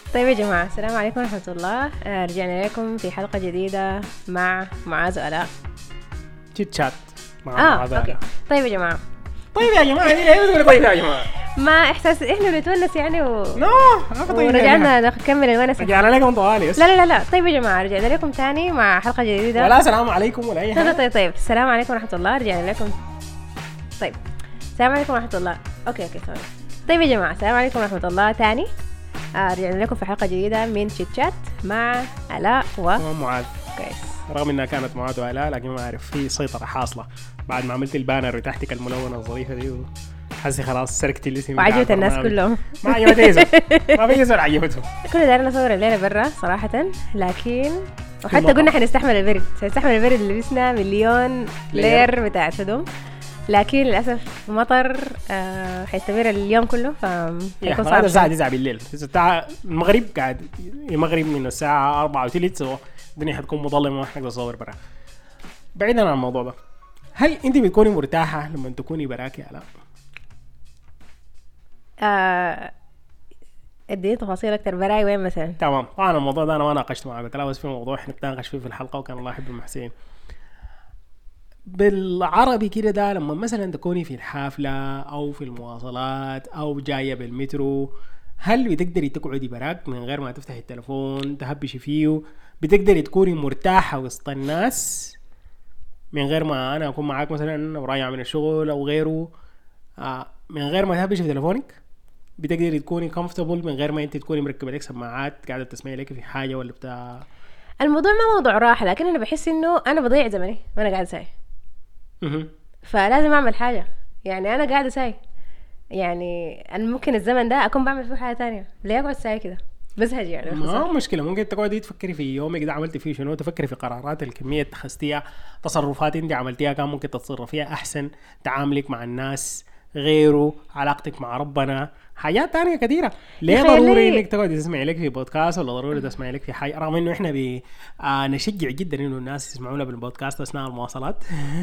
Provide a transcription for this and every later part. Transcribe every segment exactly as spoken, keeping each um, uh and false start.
طيب يا جماعة، السلام عليكم ورحمة الله. آه، رجعنا لكم في حلقة جديدة مع معاذ وآلاء. تشيت شات مع اه معاذ اوكي. وآلاء. طيب يا جماعة، طيب يا جماعه ليه بتقولوا طيب يا جماعه؟ ما احساس احنا بنتونس يعني و... نو ما في طيب يا ورجعنا جماعة. نكمل الونس. رجعنا لكم طوالي لا لا لا لا طيب يا جماعة، رجعنا لكم تاني مع حلقة جديدة. ولا سلام عليكم ولا اي طيب حاجه. طيب طيب السلام عليكم ورحمة الله. رجعنا لكم. طيب السلام عليكم ورحمة الله. اوكي اوكي ثواني. طيب يا جماعة، السلام عليكم ورحمة الله تاني. آه رجعنا لكم في حلقة جديدة من تشيت شات مع آلاء و تمام معاذ. كويس. رغم انها كانت معاذ وآلاء لكن ما اعرف في سيطره حاصله بعد ما عملت البانر بتاعتك الملونه الظريفه دي وحسي خلاص سرقت الاسم بتاع وعجبت الناس البرنامج. كلهم. ما عجبت ايزو ما في ايزو عجبته. كنا دايرين نصور الليلة برا صراحة، لكن وحتى المطر. قلنا حنستحمل البرد، حنستحمل البرد اللي لبسنا مليون لير بتاعت هدوم، لكن للأسف مطر. آه حيستمر اليوم كله، يا فحيكون هذا صعب الساعه شوي. تسعة بالليل الساعه المغرب قاعد المغرب من الساعه أربعة وثلث سو الدنيا حتكون مظلمه وما حنقدر نصور برا. بعيدا عن الموضوع ده، هل انت بتكوني مرتاحه لما تكوني براكي على آه اديني تفاصيل أكتر. براي وين مثلا؟ تمام؟ طبعا الموضوع ده انا ما ناقشت معك، قلت له بس في موضوع احنا نتناقش فيه في الحلقه وكان الله يحب المحسنين. بالعربي كده ده لما مثلا تكوني في الحافله او في المواصلات او جايه بالمترو، هل بتقدري تقعدي براك من غير ما تفتحي التلفون تهبشي فيه؟ بتقدري تكوني مرتاحه وسط الناس من غير ما انا اكون معاك مثلا وراجع من الشغل او غيره، آه من غير ما تهبشي في تلفونك؟ بتقدري تكوني comfortable من غير ما انت تكوني مركبه لك سماعات قاعده تسمعي لك في حاجه ولا بتاع؟ الموضوع ما موضوع راحة، لكن أنا بحس إنه أنا بضيع زمني وأنا قاعد ساي، مهم. فلازم أعمل حاجة. يعني أنا قاعدة ساي، يعني أنا ممكن الزمن ده أكون بعمل فيه حاجة تانية، ليه أقعد ساي كده؟ بزهج يعني ما باختصار. هو مشكله ممكن تقعدي تفكري في يومك ده عملتي فيه شنو، تفكري في قرارات الكميه اتخذتيها، تصرفات انت عملتيها كان ممكن تتصرفيها احسن، تعاملك مع الناس غيره، علاقتك مع ربنا، حاجات تانية كثيرة. ليه تخيلي- ضروري انك تقعدي تسمعي لك في بودكاست ولا ضروري تسمعي لك في حاجة؟ رغم انه احنا بي... آه نشجع جدا انه الناس يسمعونا بالبودكاست اثناء المواصلات.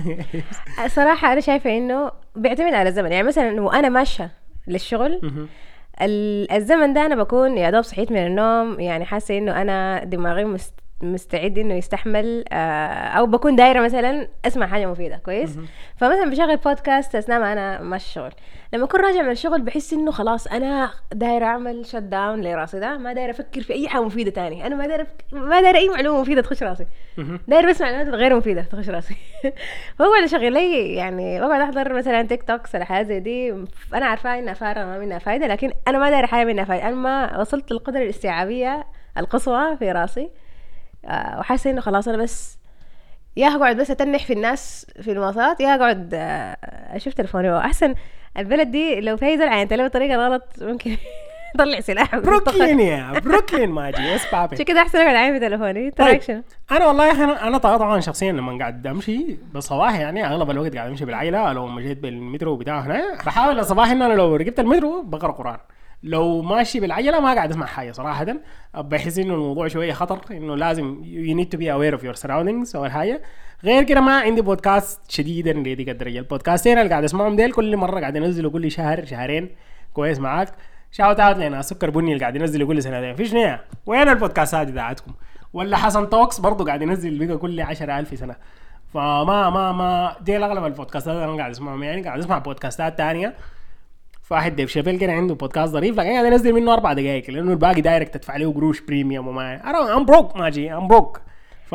صراحة أنا شايفة إنه بيعتمد على الزمن. يعني مثلا وأنا ماشية للشغل، مهم. ال- الزمن ده أنا بكون يا دوب صحيت من النوم، يعني حاسة إنه أنا دماغي مست مستعد انه يستحمل، آه، او بكون دايره مثلا اسمع حاجه مفيده كويس. فمثلا بشغل بودكاست اثناء ما انا ماشي الشغل. لما اكون راجع من الشغل بحس انه خلاص انا دايره اعمل شت داون لراسي، ده ما دايره افكر في اي حاجه مفيده تاني، انا ما دايره ما دايره اي معلومه مفيده تخش راسي، مهم. داير بس معلومات غير مفيدة تخش راسي. فهو اللي شغال لي، يعني بقعد احضر مثلا تيك توكس ولا حاجات زي دي، انا عارفه انها فارغه ما منها فايده، لكن انا ما داير حاجه منها فايده. انا ما وصلت للقدره الاستيعابيه القصوى في راسي، آه، وحاسه انه خلاص انا بس يا هقعد بس اتنح في الناس في المواصلات، يا هقعد آه، اشوف تلفوني. واحسن البلد دي لو في زول عين تلفون بطريقه غلط ممكن يطلع سلاح بروكلين يا بروكلين ماجي اس بابي. عشان كده احسن اقعد عين في تلفوني. طيب تراكشن. انا والله انا انا طبعا شخصيا لما قاعد امشي بصباح يعني اغلب الوقت قاعد امشي بالعائله، لو مشيت بالمترو بتاعه هنا بحاول الصباح ان انا لو ركبت المترو بقرا قران، لو ماشي بالعجله ما قاعد اسمع حاجه صراحه. بحس انه الموضوع شويه خطر، انه لازم you need to be aware of your surroundings اول حاجه. غير كده ما عندي بودكاست شديدا لهذيك الدرجه. البودكاستين اللي قاعد اسمعهم ديل كل مره قاعد ينزلوا كل شهر شهرين كويس معاك. شاوت اوت لنا سكر بني اللي قاعد ينزل كل سنتين فيش نيه. وين البودكاستات بتاعتكم؟ ولا حسن توكس برضو قاعد ينزل بقى كل عشرة ألف سنه. فما ما ما دي اغلب البودكاستات انا قاعد اسمعهم، يعني قاعد اسمع بودكاستات تانية. فواحد ديف شابيل كان عنده بودكاست ظريف لكن قاعد ينزل منه اربع دقائق لانه الباقي دايركت تدفع له قروش بريميوم وما انا ام بروك ماجي ام بروك. ف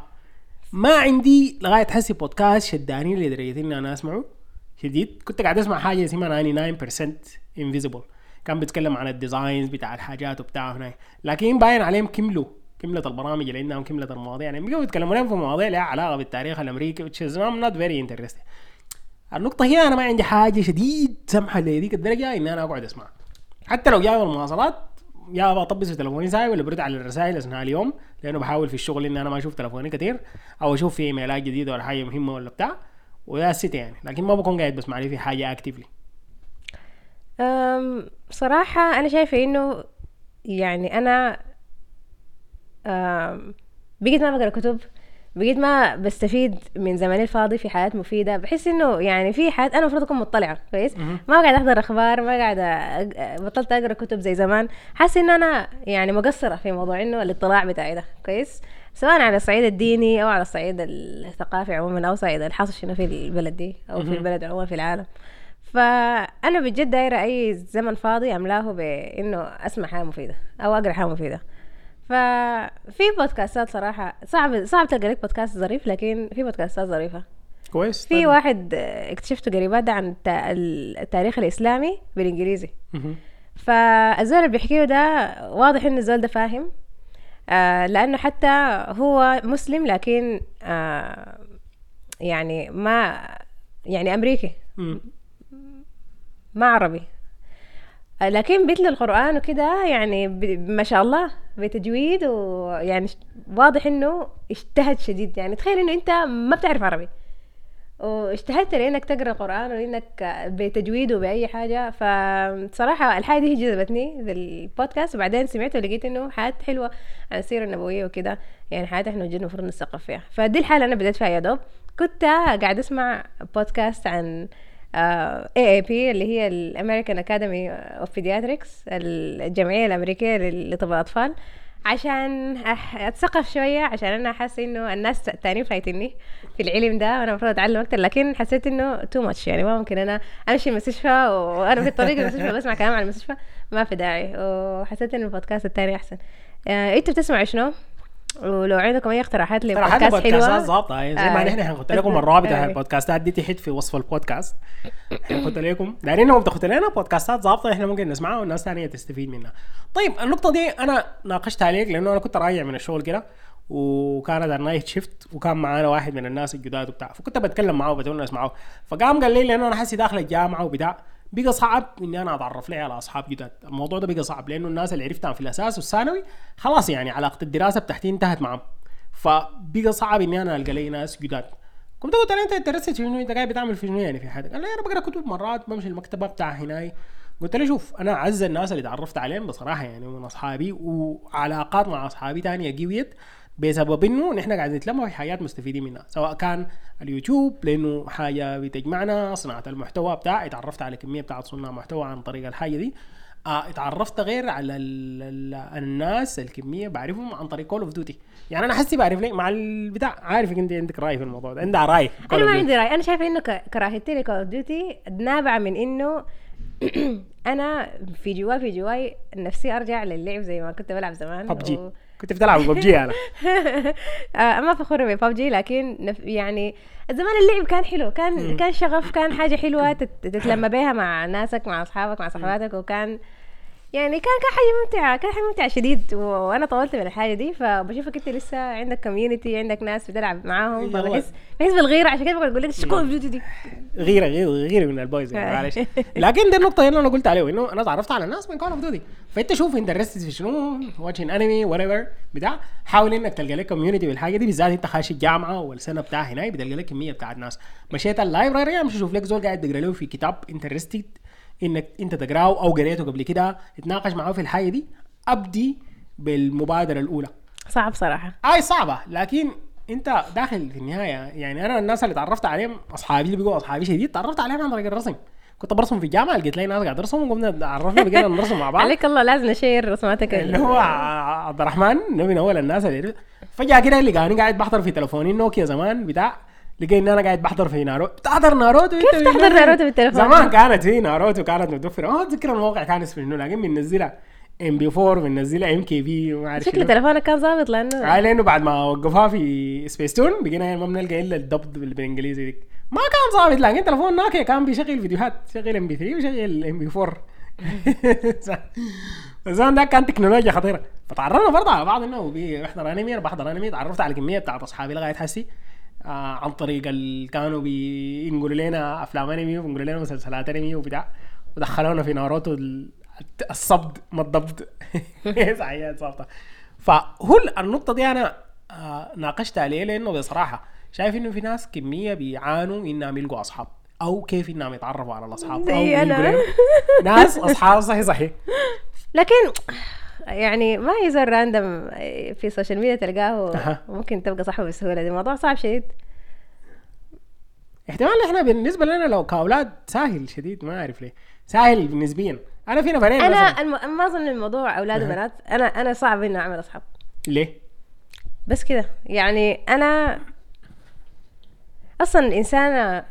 ما عندي لغايه حسي بودكاست شداني لدرجه اني انا اسمعه شديد. كنت قاعد اسمع حاجه اسمها تسعة وتسعين بالمية انفيزبل، كان بيتكلم عن الديزاينز بتاع الحاجات وبتاع هنا، لكن باين عليهم كملوا كملة البرامج اللي عندهم كملة المواضيع، يعني بيجوا يتكلموا لهم في مواضيع لها علاقه بالتاريخ الامريكي which is not very interesting. النقطة هي أنا ما عندي حاجة شديد سمحة لذيك الدرجة إن أنا أقعد أسمع، حتى لو جاي المواصلات يا بطبس في تلفوني ساعة ولا برد على الرسائل أثناء اليوم، لأنه بحاول في الشغل إن أنا ما أشوف تلفوني كتير أو أشوف في إيميلات جديدة ولا حاجة مهمة ولا بتاع ويا ستة يعني، لكن ما بكون قاعد بسمع لي في حاجة أكتيفلي. أم صراحة أنا شايفة إنه يعني أنا أم بقيت ما بقرأ كتب، بقيت ما بستفيد من زماني الفاضي في حياة مفيدة. بحس انه يعني في حياة انا المفروض اكون مطلعة كويس، ما قاعدة احضر اخبار، ما قاعدة أق- بطلت اقرا كتب زي زمان. حاسة انه انا يعني مقصرة في موضوع انه الاطلاع بتاعي ده كويس، سواء على الصعيد الديني او على الصعيد الثقافي عموما، او صعيد الحاصل شنو في البلد دي او في البلد عموما في العالم. فانا بجد دايره اي زمن فاضي املاه بانه اسمع حاجه مفيده او اقرا حاجه مفيده. ففي بودكاستات صراحه صعب صعب تلقى لك بودكاست ظريف، لكن في بودكاستات ظريفه. كويس. في واحد اكتشفته قريبات ده عن التاريخ الاسلامي بالانجليزي. فالزول اللي بيحكيه ده واضح انه الزول ده فاهم، آه لانه حتى هو مسلم لكن آه يعني ما يعني امريكي ما عربي، لكن بيتلو القرآن وكده يعني ما شاء الله بتجويد، ويعني واضح انه اجتهد شديد. يعني تخيل انه انت ما بتعرف عربي واجتهدت لانك تقرا القرآن ولانك بتجويد وباي حاجه. فصراحه الحاجه دي جذبتني بالبودكاست، وبعدين سمعته ولقيت انه حاجات حلوه عن السيره النبويه وكده، يعني حاجات احنا جد المفروض نثقف فيها. فدي الحاله انا بدأت فيها يا دوب. كنت قاعد اسمع بودكاست عن إيه إيه بي اللي هي الامريكان اكاديمي اوف بيدياتريكس، الجمعيه الامريكيه لطب الاطفال، عشان اتثقف شويه، عشان انا حاسه انه الناس تاني فايتني في العلم ده وانا المفروض اتعلم اكتر، لكن حسيت انه تو ماتش. يعني ما ممكن انا امشي المستشفى وانا في الطريق المستشفى بسمع كلام عن المستشفى، ما في داعي. وحسيت انه البودكاست التاني احسن. آه، انتوا بتسمعوا شنو؟ ولو عندكم اي اقتراحات لبودكاست حلوه ظابطه زي ما نحن حنحط لكم الرابط بتاع البودكاستات دي تحت في وصف البودكاست. حنحط لكم دارينهم تاخذوا لنا بودكاستات ظابطه احنا ممكن نسمعها والناس ثانيه تستفيد منها. طيب النقطه دي انا ناقشتها عليك لانه انا كنت راجع من الشغل كده وكانت النايت شيفت وكان معانا واحد من الناس الجداد وبتاع، فكنت بتكلم معه وبتونس معه، فقام قال لي لانه انا حاسس داخل الجامعه وبتاع بقى صعب اني انا اتعرف لي على اصحاب جداد. الموضوع ده بقى صعب لانه الناس اللي عرفتها في الاساس والثانوي خلاص يعني علاقه الدراسه بتاعتي انتهت معهم، فبقى صعب اني انا القى لي ناس جداد. كنت قلت له انت درست شنو؟ انت قاعد بتعمل في شنو يعني في حياتك؟ قال لي انا بقرا كتب مرات بمشي المكتبه بتاع هناي. قلت له شوف انا اعز الناس اللي تعرفت عليهم بصراحه يعني من اصحابي وعلاقات مع اصحابي تانية قويت بسبب انه نحن قاعدين نتلموا في حاجات مستفيدين منها، سواء كان اليوتيوب لانه حاجه بتجمعنا، صناعه المحتوى بتاع اتعرفت على كميه بتاعت صناع محتوى عن طريق الحاجه دي. اه اتعرفت غير على ال ال الناس الكميه بعرفهم عن طريق كول اوف ديوتي. يعني انا حسي بعرف ليه مع البتاع، عارفك انت عندك راي في الموضوع ده، عندها راي. انا ما عندي راي، انا شايفه انه كراهيتي لكول اوف ديوتي نابعه من انه انا في جوا في جواي نفسي ارجع للعب زي ما كنت بلعب زمان. ببجي و... كنت بتلعب ببجي انا ما فخوره ببجي، لكن نف... يعني زمان اللعب كان حلو، كان م. كان شغف، كان حاجه حلوه تت... تتلم بها مع ناسك مع اصحابك مع صحباتك، وكان يعني كان كان حاجه ممتعه، كان حاجه ممتعه شديد. وانا طولت من الحاجه دي، فبشوفك انت لسه عندك كوميونتي، عندك ناس بتلعب معاهم، فبحس بحس بالغيره. عشان كده بقول لك شكو فيديو دي غيره غيره غيره من البويز يعني معلش. لكن دي النقطه اللي انا قلت عليه انه انا تعرفت على الناس من كول اوف ديوتي. فانت شوف انت درست في شنو، واتشين انمي وات ايفر بتاع، حاول انك تلقى لك كوميونتي بالحاجه دي، بالذات انت خاشي الجامعه والسنه بتاع هنا بتلقى لك كميه بتاع الناس. مشيت اللايبراري مش شوف لك زول قاعد تقرا له في كتاب انترستد انك انت تقراه او قريته قبل كده، تتناقش معاه في الحاجه دي. ابدي بالمبادره الاولى. صعب صراحه، اي صعبه، لكن انت داخل في النهايه. يعني انا الناس اللي تعرفت عليهم اصحابي اللي بيقوا اصحابي شديد تعرفت عليهم عن طريق الرسم. كنت برسم في الجامعه، لقيت لي ناس قاعد يرسموا وقمنا عرفنا بقينا نرسم مع بعض. عليك الله لازم نشير رسماتك اللي هو عبد الرحمن من اول الناس اللي فجاه كده لقاني قاعد بحضر في تليفوني نوكيا زمان بتاع، لقيت انا قاعد بحضر في ناروتو. بتحضر ناروتو؟ كيف تحضر ناروتو بالتليفون؟ زمان كانت في ناروتو كانت متوفره. اه اتذكر الموقع كان اسمه شنو، لكن بننزلها ام بي أربعة بننزلها ام كي بي وما اعرف شكل تليفونك كان ظابط لانه آه لانه بعد ما وقفوها في سبيستون بقينا ما بنلقى الا الضبط بالانجليزي ديك. ما كان ظابط، لكن تليفون نوكيا كان بيشغل فيديوهات، شغل ام بي ثلاثة وشغل ام بي أربعة. زمان ده كان تكنولوجيا خطيره. فتعرفنا برضه على بعض انه بيحضر انمي، انا بحضر انمي، تعرفت على كميه بتاعت اصحابي لغايه حسي آه عن طريق اللي كانوا بينقلوا لنا افلام انمي وبينقلوا لنا مسلسلات انمي وبتاع، ودخلونا في ناروتو الصبد ما الضبط. صحيح صابطه. فهو النقطه دي انا آه ناقشت عليه لانه بصراحه شايف انه في ناس كميه بيعانوا انهم يلقوا اصحاب او كيف انهم يتعرفوا على الاصحاب او أنا. ناس اصحاب صحيح صحيح. لكن يعني ما هي زول راندم في السوشيال ميديا تلقاه أها. ممكن تبقى صاحبه بسهوله. دي موضوع صعب شديد. احتمال احنا بالنسبه لنا لو كاولاد سهل شديد، ما اعرف ليه سهل نسبيا. انا في نفرين انا مثلا. الم... ما اظن الموضوع اولاد أها. وبنات. انا انا صعب اني اعمل اصحاب ليه؟ بس كده. يعني انا اصلا انسانه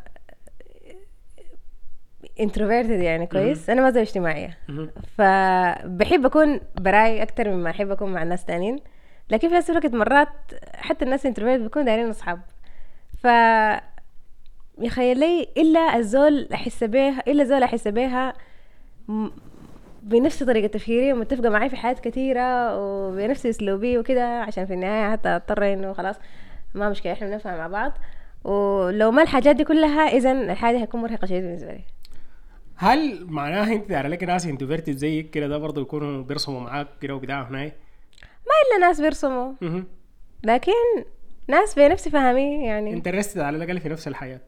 introverted يعني كويس. انا ما زي اجتماعيه، مهم. فبحب اكون براي اكتر مما احب اكون مع الناس تانيين. لكن في نفس الوقت مرات حتى الناس introverted بيكونوا دايرين اصحاب. ف يخيل لي الا الزول احس بيها الا زول احس بيها م- بنفس طريقة تفكيري ومتفقة معي في حاجات كثيرة وبنفس اسلوبي وكده، عشان في النهاية حتى اضطر انه خلاص ما مشكلة احنا بنفهم مع بعض. ولو ما الحاجات دي كلها اذا الحاجة هتكون مرهقة شديد بالنسبة لي. هل معناها انت داير لك ناس انتروفيرتد زيك كده ده برضه يكونوا بيرسموا معاك كده وبتاع هناي؟ ما الا ناس بيرسموا، مهم. لكن ناس بنفس فهمي يعني. انترستد على الاقل في نفس الحياه.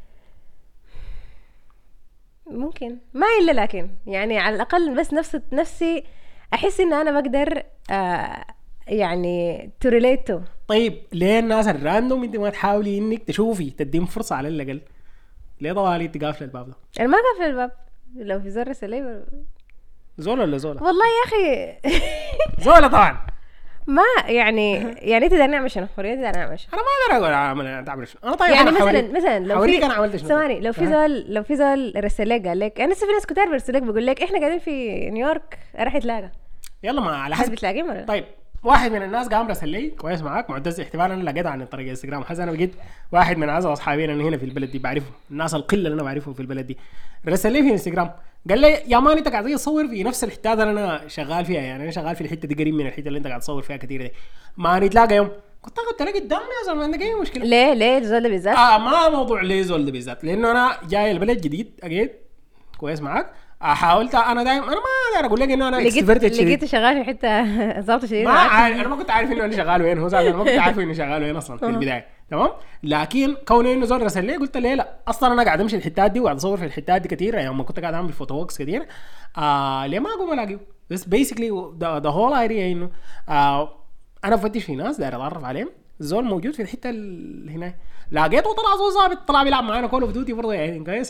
ممكن ما الا، لكن يعني على الاقل بس نفس نفسي احس ان انا بقدر آه يعني to relate to. طيب ليه الناس الراندوم انت ما تحاولي انك تشوفي تديهم فرصه على الاقل؟ ليه طوالي انت قافله الباب ده؟ انا ما قافل الباب. لو في زر رسالي زولا ولا زولا؟ والله يا اخي زولا طبعا. ما يعني يعني انت داري نعمل شنو؟ وريني داري نعمل شنو؟ انا ما اقدر اقول اعمل تعمل شنو. انا طيب يعني أنا مثلا حوريك. مثلا لو حوريك في انا عملت شنو. ثواني، لو في أه. زول لو في زول رسل لك قال لك انا لسه في ناس كتار برسل لك بيقول لك احنا قاعدين في نيويورك راح يتلاقى. يلا ما على هل حسب. بتلاقيه ولا؟ طيب واحد من الناس قام رسل لي كويس معاك معتز احتمال انا لقيتها عن طريق انستغرام. حسن انا بقيت واحد من اعز اصحابي انا هنا في البلد دي بعرفهم، الناس القله اللي انا بعرفهم في البلد دي. رسل لي في انستغرام قال لي يا مان انت قاعد تصور في نفس الحته اللي انا شغال فيها، يعني انا شغال في الحته دي قريب من الحته اللي انت قاعد تصور فيها كثير دي، ما نتلاقى يوم. كنت قلت لك قدامي يا زلمه عندك اي مشكله؟ ليه ليه الزول ده بالذات؟ اه ما موضوع ليه زول ده بالذات، لانه انا جاي البلد جديد اكيد كويس معاك. حاولت انا دايما انا ما اقدر اقول لك انه انا لقيت اكستروفيرتد شديد. لقيت شغال في حته ظابطه شديد. ما عارف انا ما كنت عارف انه انا شغال وين. هو زاد انا ما كنت عارف انه شغال وين اصلا في البدايه تمام. لكن كونه انه زول رسل لي قلت له لا اصلا انا قاعد امشي الحتات دي وقاعد اصور في الحتات دي كثير، يعني لما كنت قاعد اعمل فوتو ووكس كثير آه ليه ما اقوم الاقيه. بس بيسكلي ذا هول ايديا انه آه انا بفتش في ناس داير اتعرف عليهم. الزول موجود في الحته اللي هنا لقيته طلع زول ظابط طلع بيلعب معانا كول اوف ديوتي برضه يعني كويس.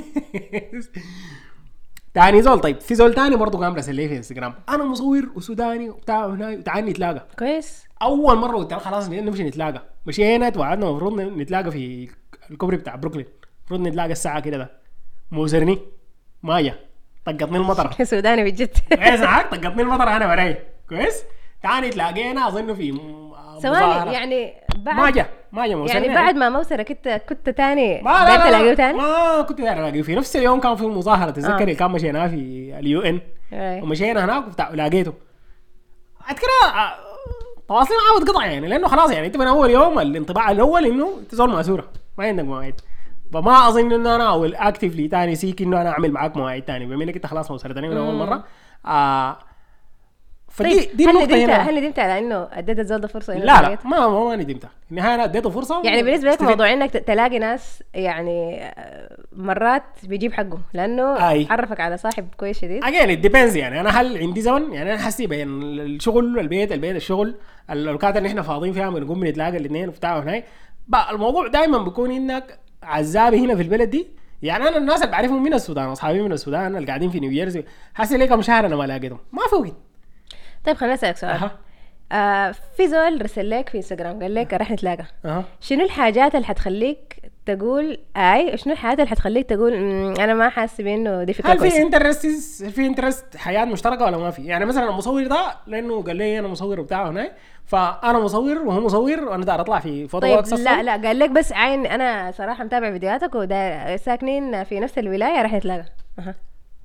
تاني زول. طيب في زول تاني برضه قام راسل لي في انستغرام انا مصور وسوداني وبتاع هنا وتعال نتلاقى. كويس. اول مره قلت له خلاص نمشي نتلاقى. مشينا توعدنا المفروض نتلاقى في الكوبري بتاع بروكلين، المفروض نتلاقى الساعه كده ده. موزرني مايا طقطني المطر. سوداني بجد. كويس معاك طقطني المطر انا وراي كويس. تاني تلاقينا اظن في ثواني يعني بعد ما جا ما جا موسرني يعني بعد ما موسرة كنت كنت تاني ما لا داير لا تلاقيه لا تاني؟ ما كنت داير الاقيه. في نفس اليوم كان في مظاهره تتذكر اللي كان مشينا في اليو ان أي. ومشينا هناك وبتاع ولقيته. بعد كده آه، تواصلي معاه وتقطع يعني لانه خلاص يعني انت من اول يوم الانطباع الاول انه انت زول ماسوره ما عندك مواعيد. فما اظن انه انا او اكتفلي تاني سيك انه انا اعمل معاك مواعيد تاني بما انك انت خلاص موصلتني من اول مره. آه فدي طيب دي هل النقطه ندمت هنا. هل ندمت على انه اديت الزول ده فرصه انه لا لا تلاقيته؟ ما ما, ما ندمت. النهايه انا اديته فرصه يعني بالنسبه لك استفدت. موضوع انك ت- تلاقي ناس يعني آه، مرات بيجيب حقه لانه أي. عرفك على صاحب كويس شديد. again it depends. يعني انا هل عندي زمن يعني انا حسي بين الشغل البيت البيت الشغل الاوقات اللي احنا فاضيين فيها بنقوم بنتلاقى الاثنين وبتاع هناك. الموضوع دائما بيكون انك عزابي هنا في البلد دي. يعني انا الناس اللي بعرفهم من السودان اصحابي من السودان اللي قاعدين في نيويورك حسي لي كم شهر انا ما لاقيتهم ما في وقت. طيب خليني اسالك سؤال. اها آه في زول رسل لك في انستغرام قال لك رح نتلاقى. اها شنو الحاجات اللي حتخليك تقول اي شنو الحاجات اللي حتخليك تقول "مم، انا ما حاسس بانه دي فكره هل في كويسه"؟ انترست في انترست حياه مشتركه ولا ما في؟ يعني مثلا المصور ده لانه قال لي انا مصور بتاعه هناك فانا مصور وهو مصور وانا داير اطلع في فوتو طيب ووكس لا لا قال لك بس عين انا صراحه متابع فيديوهاتك ودا ساكنين في نفس الولايه رح نتلاقى. اها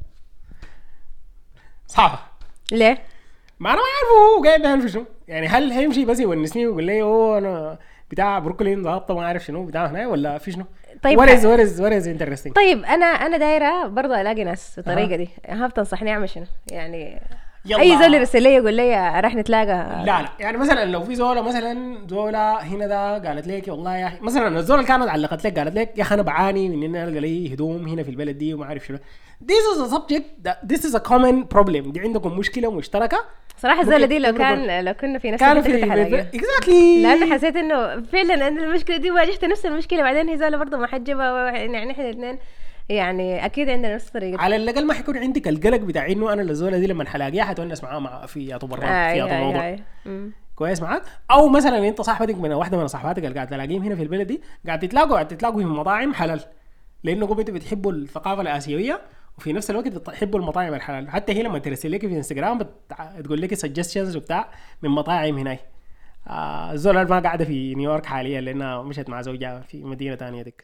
صعبه. ليه؟ ما انا ما عارفه هو قاعد بيعمل في شنو. يعني هل هيمشي بس يونسني ويقول لي اوه انا بتاع بروكلين ضابطه ما عارف شنو بتاع هنا ولا في شنو؟ طيب ورز ورز ورز انترستنج. طيب انا انا دايره برضه الاقي ناس بالطريقه أها. دي. ها بتنصحني اعمل شنو؟ يعني يلا. اي زول يرسل لي يقول لي رح نتلاقى. لا لا يعني مثلا لو في زوله مثلا زوله هنا ده قالت لك والله يا اخي مثلا الزوله اللي كانت علقت لك قالت لك يا اخي انا بعاني من ان انا القى لي هدوم هنا في البلد دي وما عارف شنو. This is a subject that this is a common problem. دي عندكم مشكله مشتركه صراحه الزولة دي لو كان لو كنا في نفس كان الحتة في كنت حلاقيها. اكزاكتلي، لانه حسيت انه فعلا انا المشكله دي واجهت نفس المشكله، بعدين هي زوله برضه محجبه، يعني احنا الاثنين يعني اكيد عندنا نفس الطريقه. على الاقل ما حيكون عندك القلق بتاع انه انا الزوله دي لما حلاقيها حتونس معاها مع في يا برا آه في يا آه موضوع آه آه. كويس معاك. او مثلا انت صاحبتك من واحده من صاحباتك اللي قاعد تلاقيهم هنا في البلد دي قاعد تتلاقوا قاعد تتلاقوا في مطاعم حلال، لانه قوم انتوا بتحبوا الثقافه الاسيويه وفي نفس الوقت بتحبوا المطاعم الحلال. حتى هي لما ترسل لك في انستغرام بتقول لك سجستشنز وبتاع من مطاعم هناك. آه الزول ما قاعده في نيويورك حاليا لانها مشت مع زوجها في مدينه ثانيه ديك.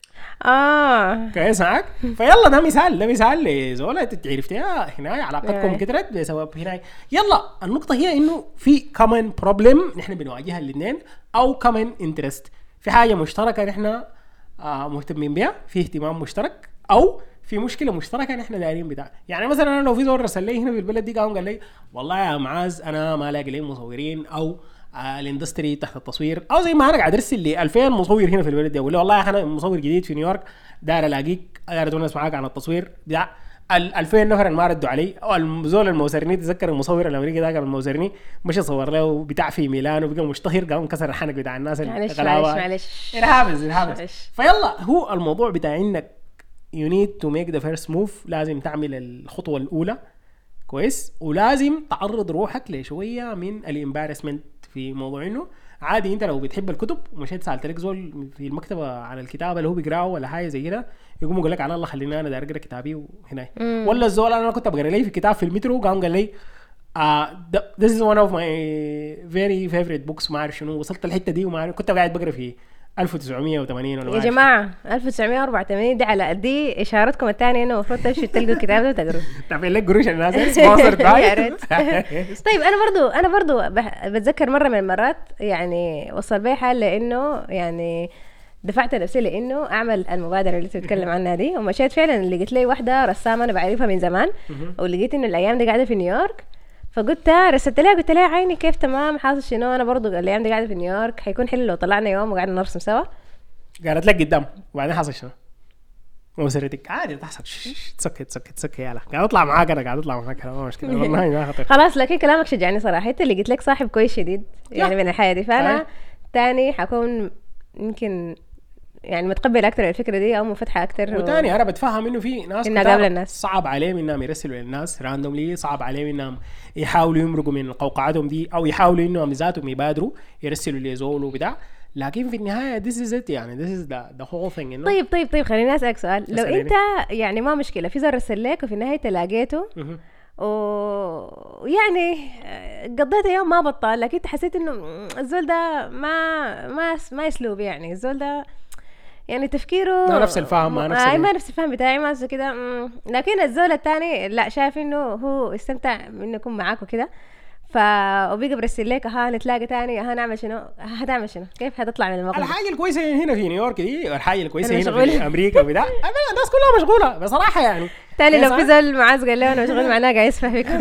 اه كويس معاك. فيلا ده مثال، ده مثال لزوله انت عرفتيها هنا علاقتكم إيه. كترت بسبب هنا. يلا النقطه هي انه في كومن بروبلم نحن بنواجهها الاثنين، او كومن انترست، في حاجه مشتركه نحن آه مهتمين بها، في اهتمام مشترك، او في مشكله مشتركه نحن دايرين بتاع. يعني مثلا انا لو في زول رسل لي هنا في البلد دي قام قال لي والله يا معاذ انا ما لاقي لي مصورين، او آه الاندستري تحت التصوير، او زي ما انا قاعد ارسل لي ألفين مصور هنا في البلد دي، اقول له والله يا اخي انا مصور جديد في نيويورك داير الاقيك داير اتونس معاك عن التصوير بتاع. ال ألفين نفر ما ردوا علي، او الزول الموسرني تذكر المصور الامريكي ذاك الموسرني مش صور له بتاع في ميلان وبقى مشتهر قام كسر الحنك بتاع الناس معلش معلش معلش ارهابز ارهابز. فيلا هو الموضوع بتاع انك you need to make the first move، لازم تعمل الخطوه الاولى كويس، ولازم تعرض روحك لشويه من الامبارسمنت في موضوع انه عادي انت لو بتحب الكتب ومشيت سالت لك زول في المكتبه على الكتاب اللي هو بيقراه ولا حاجه زي كده، يقوم يقول لك على الله خليني انا داير اقرا كتابي وهنا. ولا الزول انا كنت بقرا لي في كتاب في المترو قام قال لي uh, this is one of my very favorite books ما اعرف شنو، وصلت الحته دي وما كنت قاعد بقرا في ألف وتسعمية وثمانين ولا يا جماعه ألف وتسعمية وأربعة وثمانين دي على دي اشارتكم الثانيه انه المفروض تمشوا تلقوا الكتاب ده وتقروا. تعرف لك قروش الناس سبونسر يا ريت. طيب انا برضو انا برضو بتذكر مره من المرات يعني وصل بي حال لانه يعني دفعت نفسي لانه اعمل المبادره اللي تتكلم عنها دي، ومشيت فعلا لقيت لي واحده رسامه انا بعرفها من زمان، ولقيت انه الايام دي قاعده في نيويورك، فقلت رسلت لها قلت لها عيني كيف تمام حاصل شنو، انا برضو الايام دي قاعده في نيويورك، حيكون حلو لو طلعنا يوم وقعدنا نرسم سوا. قالت لك قدام وبعدين حصل شنو؟ وسرتك عادي تحصل تسكت تسكت تسكت يلا قاعد اطلع معاك انا قاعد اطلع معاك ما مشكله والله ما خطر. خلاص لكن كلامك شجعني صراحه، انت اللي قلت لك صاحب كويس شديد يعني من الحياه دي، فانا تاني حكون يمكن يعني متقبل اكثر الفكره دي او منفتحه اكثر. وتاني و... انا بتفهم انه في ناس الناس صعب عليهم انهم يرسلوا للناس راندوملي، صعب عليهم انهم يحاولوا يمرقوا من قوقعتهم دي، او يحاولوا انهم ذاتهم يبادروا يرسلوا لزول وبتاع، لكن في النهايه this is it يعني this is the, the whole thing إنه طيب طيب طيب خليني اسالك سؤال، لو انت يعني ما مشكله في زول رسل لك وفي النهايه تلاقيته ويعني قضيت يوم ما بطل، لكن انت حسيت انه الزول ده ما ما ما اسلوب، يعني الزول ده يعني تفكيره ما نفس الفهم ما نفس آه ما نفس الفهم بتاعي ما نفس كده، لكن الزول الثاني لا شايف انه هو استمتع انه يكون معاك وكده، ف وبيجي برسل لك ها نتلاقى تاني ها نعمل شنو، هتعمل شنو، كيف هتطلع من الموقف؟ الحاجه الكويسه هنا في نيويورك دي، الحاجه الكويسه هنا في امريكا وبدا الناس كلها مشغوله بصراحه يعني. تاني لو في زول معاذ قال له انا مشغول معناه قاعد يسمع فيكم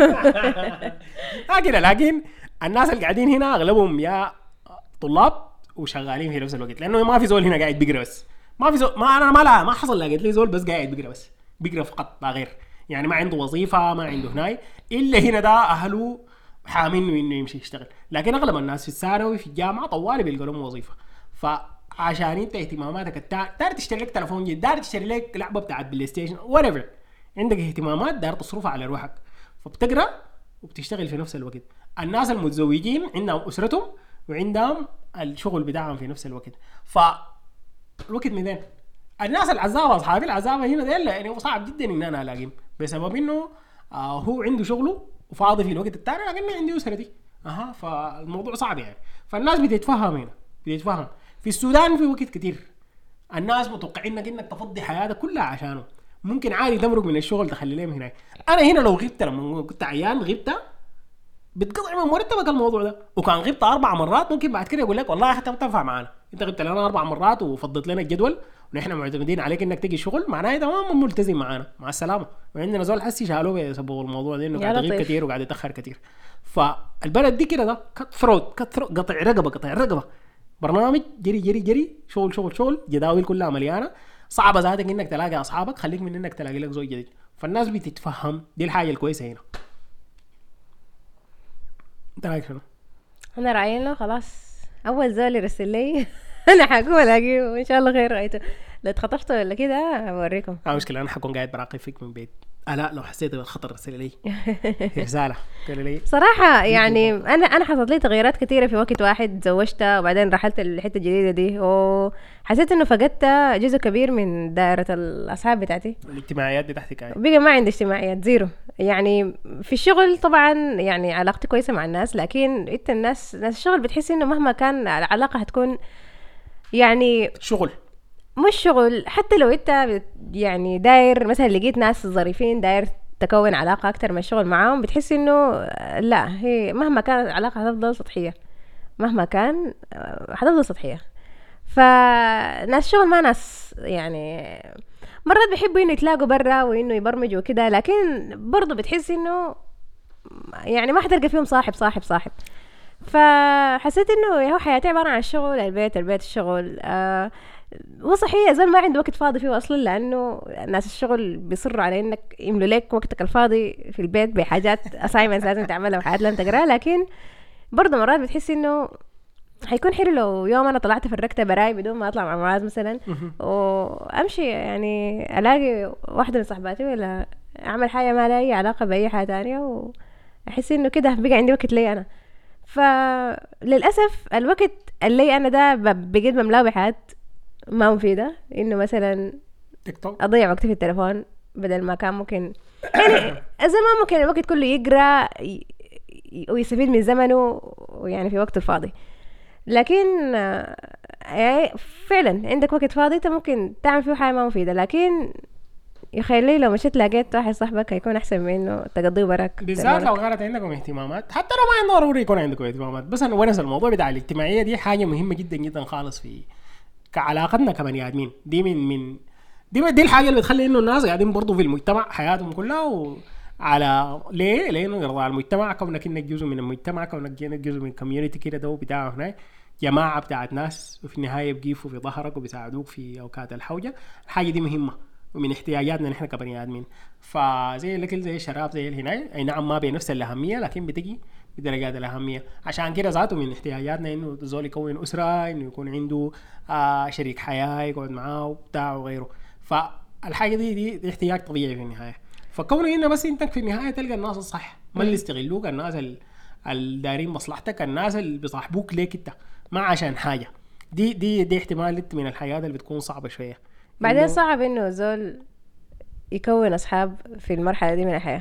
كده، لكن الناس اللي قاعدين هنا اغلبهم يا طلاب وشغالين في نفس الوقت، لانه ما في زول هنا قاعد بيقرا بس، ما في زول ما انا ما لا ما حصل لقيت لي زول بس قاعد بيقرا بس بيقرا فقط لا غير، يعني ما عنده وظيفه ما عنده هناي الا هنا ده اهله حامين انه يمشي يشتغل، لكن اغلب الناس في الثانوي في الجامعه طوالي بيلقوا لهم وظيفه. فعشان انت اهتماماتك التا... داير تشتري لك تليفون جديد، داير تشتري لك لعبه بتاعت بلاي ستيشن وات ايفر، عندك اهتمامات داير تصرفها على روحك، فبتقرا وبتشتغل في نفس الوقت. الناس المتزوجين عندهم اسرتهم وعندهم الشغل بتاعهم في نفس الوقت، فالوقت منين؟ الناس العزابه اصحابي العزابه هنا ديل يعني صعب جدا ان انا الاقيهم بسبب انه آه هو عنده شغله وفاضي في الوقت الثاني، لكن عندي اسرتي اها، فالموضوع صعب يعني. فالناس بتتفهم هنا بتتفهم. في السودان في وقت كتير الناس متوقعين انك انك تفضي حياتك كلها عشانه، ممكن عادي تمرق من الشغل تخلي لهم هناك. انا هنا لو غبت لما كنت عيان غبت بتقطع من مرتبك الموضوع ده، وكان غبت اربع مرات ممكن بعد كده يقول لك والله يا اخي انت تنفع معانا، انت غبت لنا اربع مرات وفضلت لنا الجدول ونحن معتمدين عليك انك تيجي شغل، معناه تمام ملتزم معانا مع السلامه. وعندنا زول حسي شالوه بسبب الموضوع ده انه قاعد يغيب كثير وقاعد يتاخر كثير. فالبلد دي كده ده كت ثروت كت ثروت قطع رقبه قطع رقبه، برنامج جري جري جري شغل شغل شغل، جداول كلها مليانه، صعبه ذاتك انك تلاقي اصحابك، خليك من انك تلاقي لك زوج جديد. فالناس بتتفهم، دي الحاجه الكويسه هنا. انت رايك شنو؟ انا رايي انه خلاص اول زول يرسل لي انا حقوم الاقيه وان شاء الله خير. رايته لو اتخطفت ولا كده بوريكم. اه مشكلة انا حكون قاعد براقب فيك من بيت. آه لا لو حسيت بالخطر ارسل لي رسالة قال لي صراحة يعني أنا أنا حصلت لي تغييرات كثيرة في وقت واحد. تزوجت وبعدين رحلت الحتة الجديدة دي وحسيت إنه فقدت جزء كبير من دائرة الأصحاب بتاعتي. الاجتماعيات دي تحتك. بقى ما عندي اجتماعيات زيرو. يعني في الشغل طبعا يعني علاقتي كويسة مع الناس، لكن إنت الناس ناس الشغل بتحس إنه مهما كان العلاقة هتكون يعني شغل مش شغل. حتى لو انت بت- يعني داير مثلا لقيت ناس ظريفين داير تكون علاقة أكتر من الشغل معاهم، بتحس إنه آه، لا هي مهما كانت العلاقة هتفضل سطحية. مهما كان آه، هتفضل سطحية. فناس شغل ما ناس يعني مرات بيحبوا إنه يتلاقوا برا وإنه يبرمجوا وكده، لكن برضو بتحس إنه يعني ما حتلقى فيهم صاحب صاحب صاحب. فحسيت انه هو حياتي عباره عن الشغل البيت البيت الشغل. آه وصحيح زول ما عنده وقت فاضي فيه اصلا، لانه ناس الشغل بيصروا على انك يملوا لك وقتك الفاضي في البيت بحاجات assignments لازم تعملها وحاجات لازم تقراها. لكن برضه مرات بتحس انه حيكون حلو لو يوم انا طلعت فرقت براي بدون ما اطلع مع معاذ مثلا وامشي يعني الاقي واحده من صحباتي ولا اعمل حاجه ما لها اي علاقه باي حاجه تانية، واحس انه كده بقى عندي وقت لي انا. فللأسف الوقت اللي أنا ده ب- بجد مملاه بحاجات ما مفيدة، إنه مثلا تيك توك. أضيع وقتي في التليفون بدل ما كان ممكن يعني الزمان ممكن الوقت كله يقرأ ي- ي- ويستفيد من زمنه يعني في وقته الفاضي. لكن آه، يعني فعلا عندك وقت فاضي انت ممكن تعمل فيه حاجة ما مفيدة، لكن يخيل لو مشيت لقيت واحد صاحبك هيكون أحسن من إنه تقضيه براك بالذات لو كانت عندكم اهتمامات، حتى لو ما ضروري يكون عندكم اهتمامات، بس انا ونس الموضوع بتاع الاجتماعيه دي حاجه مهمه جدا جدا خالص في كعلاقتنا كبني ادمين. دي من من دي دي الحاجه اللي بتخلي انه الناس قاعدين برضو في المجتمع حياتهم كلها وعلى ليه لانه يرضى المجتمع، كونك انك جزء من المجتمع، كونك جزء من كوميونتي كده ده بتاعه هناك جماعه بتاعت ناس وفي النهايه بيقفوا في ظهرك وبيساعدوك في اوقات الحوجه. الحاجه دي مهمه ومن احتياجاتنا نحن كبني ادمين. فزي الاكل زي الشراب زي الهناي اي نعم ما بنفس الاهميه لكن بتجي بدرجات الاهميه. عشان كده ذاته من احتياجاتنا انه الزول يكون اسره، انه يكون عنده آه شريك حياه يقعد معاه وبتاع وغيره. فالحاجه دي دي, دي احتياج طبيعي في النهايه. فكونه انه بس انت في النهايه تلقى الناس الصح، ما اللي يستغلوك، الناس الدارين مصلحتك، الناس اللي بيصاحبوك ليك انت ما عشان حاجه. دي دي دي احتمال من الحياه اللي بتكون صعبه شويه. بعدين إنه- صعب إنه زول يكون أصحاب في المرحلة دي من الحياة.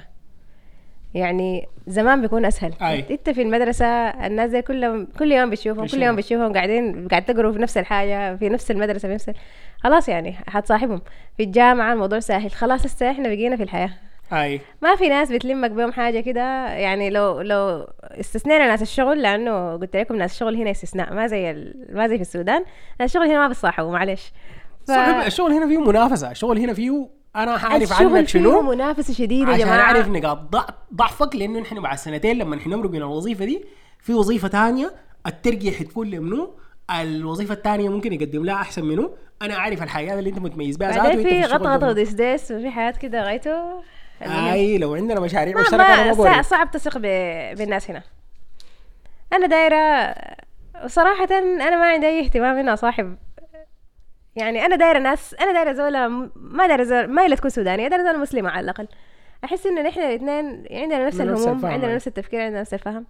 يعني زمان بيكون اسهل. أي. انت في المدرسه الناس زي كل كل يوم بتشوفهم كل بيشوفهم. يوم بتشوفهم قاعدين قاعد تقروا في نفس الحاجه في نفس المدرسه في نفس ال- خلاص يعني حتصاحبهم. في الجامعه الموضوع سهل خلاص. هسه احنا بقينا في الحياه اي ما في ناس بتلمك بهم حاجه كده. يعني لو لو استثنينا ناس الشغل، لانه قلت لكم ناس الشغل هنا استثناء ما زي ال... ما زي في السودان. ناس الشغل هنا ما بيصاحبوا معلش. ف... صعب. الشغل هنا فيه منافسه، الشغل هنا فيه انا حعرف الشغل عنك فيه شنو منافسه شديده يا عشان جماعه. اعرف نقاط ضع- ضعفك، لانه نحن بعد سنتين لما نحن نمرق من الوظيفه دي في وظيفه تانية الترقيه حتكون لمنو، الوظيفه الثانيه ممكن يقدم لها احسن منه. انا اعرف الحياه اللي انت متميز بها ذاته بعدين وانت في الشغل غطغطه ده. وديس ديس وفي حياه كده غايته. اي لو عندنا مشاريع ما مشتركه انا ما ما بوريك. صع- صعب تثق ب... بالناس هنا. انا دايره صراحه انا ما عندي اي اهتمام اني اصاحب. يعني انا دايره ناس انا دايره زوله م- ما دايره زول ما إلا تكون سودانيه، دايره زوله مسلمه على الاقل. احس ان نحن الاثنين عندنا نفس من نفس الهموم، الفهم، عندنا أي. نفس التفكير، عندنا نفس الفهم.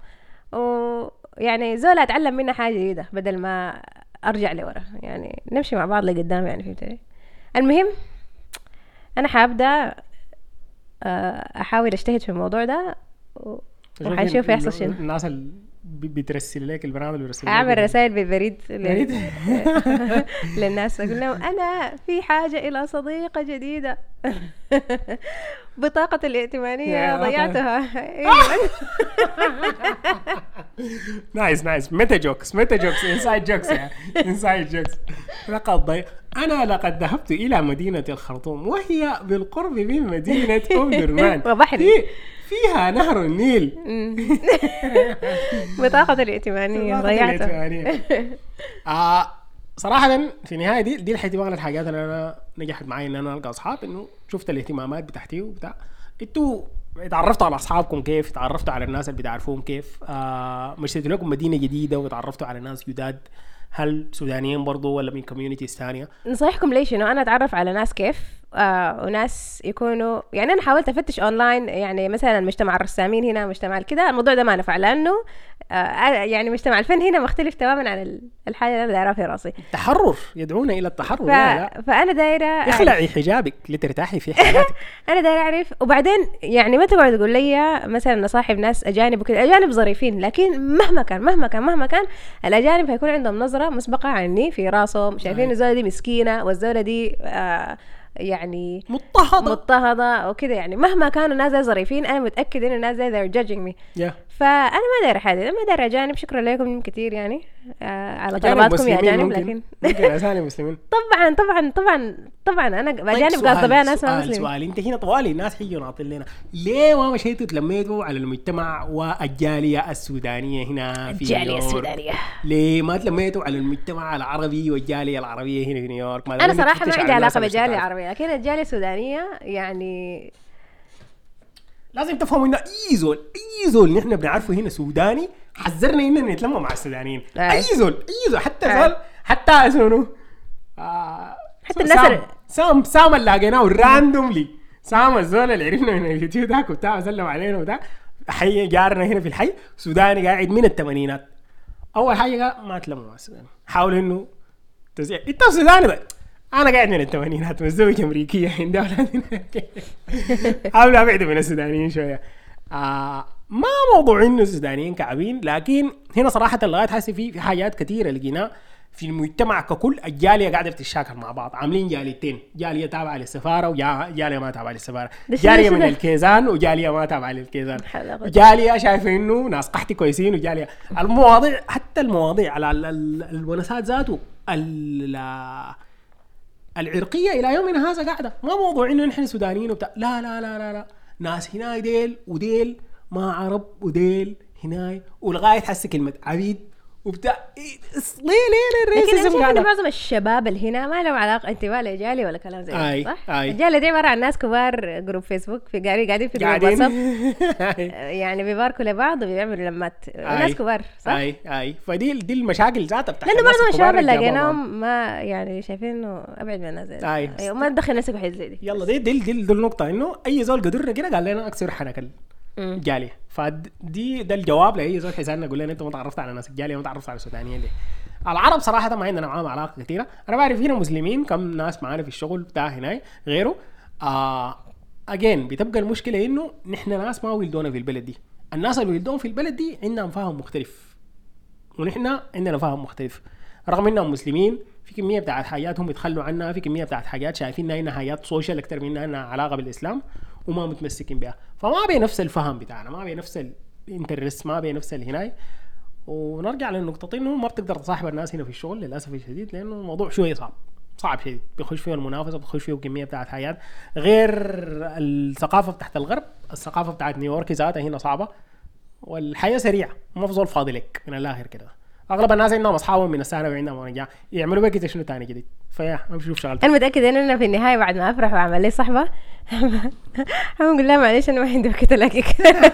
ويعني زوله اتعلم منها حاجه جديده بدل ما ارجع لورا. يعني نمشي مع بعض لقدام. يعني فهمتني. المهم انا حابدا آه، احاول اجتهد في الموضوع ده و- تشوفي وحشوف ال- يحصل شنو. الناس اللي بي- بترسل لك البرامج اللي بيرسلوا لك اعمل بال- رسائل بالبريد ل- بريد؟ للناس اقول لهم انا في حاجه الى صديقه جديده. بطاقه الائتمانيه يا ضيعتها. نايس نايس ميتا جوكس ميتا جوكس انسايد جوكس يعني انسايد جوكس. لقد ضي... انا لقد ذهبت الى مدينه الخرطوم وهي بالقرب من مدينه ام درمان وبحري. في... فيها نهر النيل. بطاقه الائتمانيه ضيعتها. يعني. آه صراحة في النهاية دي دي الاحتمال الحاجات اللي أنا نجحت معي إن أنا ألقى أصحاب، إنه شفت الاهتمامات بتاعتي وبتاع. إنتوا اتعرفتوا على اصحابكم كيف؟ اتعرفتوا على الناس اللي بتعرفوهم كيف؟ آه مشيتوا لكم مدينه جديده وتعرفتوا على ناس جداد، هل سودانيين برضو ولا من كوميونيتيز ثانيه؟ نصيحكم ليش انه انا اتعرف على ناس كيف آه وناس يكونوا يعني انا حاولت افتش اونلاين يعني مثلا مجتمع الرسامين هنا مجتمع كده الموضوع ده ما نفع لانه آه يعني مجتمع الفن هنا مختلف تماما عن ال- الحاجه اللي انا دايرها في راسي. التحرر يدعونا الى التحرر. ف... لا لا فانا دايره اخلعي حجابك لترتاحي في حياتك. انا دايره اعرف. وبعدين يعني ما تقعد تقول لي مثلا نصاحب ناس اجانب وكذا، اجانب ظريفين لكن مهما كان مهما كان مهما كان الاجانب هيكون عندهم نظره مسبقه عني في راسهم، شايفين الزوله دي مسكينه والزوله دي آه يعني مضطهده مضطهده وكذا. يعني مهما كانوا الناس زي ظريفين انا متاكد ان الناس زي they're judging me. yeah. فانا ما دايره حاجه، ما دايره اجانب. شكرا لكم كثير يعني آه على أجانب طلباتكم يا مسلمين اجانب. ممكن. لكن ممكن أجانب مسلمين. طبعا طبعا طبعا طبعا انا طيب اجانب قاصده بها ناس ما سؤال مسلمين. سؤال انت هنا طوالي الناس حيجوا ناطين لنا، ليه ما مشيتوا تلميتوا على المجتمع والجاليه السودانيه هنا في الجاليه نيويورك؟ السودانيه ليه ما تلميتوا على المجتمع العربي والجاليه العربيه هنا في نيويورك؟ ما انا دام صراحه ما نفتش عندي على الناس علاقه اللي بالجاليه بتعرف. العربيه، لكن الجاليه السودانيه يعني لازم تفهموا انه اي زول اي زول نحن بنعرفه هنا سوداني حذرنا اننا نتلموا مع السودانيين. أي. اي زول اي زول حتى أي. زول حتى اسمه آه حتى الناس سام ال- سام سام اللي لقيناه راندوملي، سام الزول اللي عرفنا من اليوتيوب ذاك وبتاع سلم علينا وبتاع، حي جارنا هنا في الحي سوداني قاعد من الثمانينات. اول حاجه قال ما تلموا مع السودان، حاولوا انه تزيع انت سوداني بقى. انا قاعد من الثمانينات متزوج امريكيه عندي اولاد هناك. حاولوا ابعدوا من السودانيين شويه. آه ما موضوع انه السودانيين كعبين، لكن هنا صراحه لغايه هسه في في حاجات كثيره لقيناها في المجتمع ككل. الجاليه قاعده بتتشاكل مع بعض، عاملين جاليتين، جاليه تابعه للسفاره وجاليه ما تابعه للسفاره، ده شنو جاليه شنو من ده؟ الكيزان وجاليه ما تابعه للكيزان، حلقة. جاليه شايفه انه ناس قحتي كويسين وجاليه المواضيع، حتى المواضيع على ال- ال- الونسات ذاته ال- العرقيه الى يومنا هذا قاعده، ما موضوع انه نحن سودانيين وبتاع، لا لا لا لا لا ناس هناي ديل وديل ما عرب وديل هناي، ولغايه حس كلمه عبيد وبتاع إيه، ليه ليه ليه لكن انا الريسيزم شايفه انه قاعده؟ معظم الشباب اللي هنا ما لهم علاقه انتماء لجالي ولا كلام زي أي، ده، صح؟ أي. الجاليه دي عباره عن ناس كبار جروب فيسبوك في قاعدين قاعدين في جروب قاعدين واتساب يعني بيباركوا لبعض وبيعملوا لمات ناس كبار، صح؟ اي اي فدي دي المشاكل ذاتها بتاعت لانه الناس معظم الكبار الشباب اللي جابوها معاهم. لقيناهم ما يعني شايفين انه ابعد من الناس زي دي. أي. أيوة، ما تدخل نفسك بحاجه زي دي. يلا دي دي دي, دي النقطه، انه اي زول قدرنا كده قال لنا اكسر حنك مم. الجاليه، فدي ده الجواب لاي زول حيسالنا يقول لنا انت ما تعرفت على ناس الجاليه ما تعرفت على السودانيين ليه؟ العرب صراحه ما عندنا معاهم علاقه كثيره. انا بعرف هنا مسلمين كم ناس معانا في الشغل بتاع هنا غيره. آه اجين بتبقى المشكله انه نحن ناس ما ولدونا في البلد دي، الناس اللي ولدوهم في البلد دي عندهم فهم مختلف ونحن عندنا فهم مختلف، رغم انهم مسلمين في كميه بتاعت حاجات هم بيتخلوا عنها، في كميه بتاعت حاجات شايفينها انها حاجات سوشيال اكثر منها انها علاقه بالاسلام وما متمسكين بها، فما بين نفس الفهم بتاعنا، ما بين نفس الانترست، ما بين نفس الهناي. ونرجع للنقطتين انه ما بتقدر تصاحب الناس هنا في الشغل للاسف الشديد، لانه الموضوع شويه صعب صعب شديد، بيخش فيه المنافسه، بيخش فيه كميه بتاعت حاجات غير الثقافه بتاعت الغرب. الثقافه بتاعت نيويورك ذاتها هنا صعبه، والحياه سريعه، ما في زول فاضي لك من الاخر كده. اغلب الناس عندهم اصحابهم من السنه وعندهم ورجع يعملوا بقى كده شنو تاني جديد، فيا ما بشوف شغلتك. انا متاكده ان انا في النهايه بعد ما افرح واعمل لي صحبه هقول لها معلش انا ما عندي وقت الاقيك.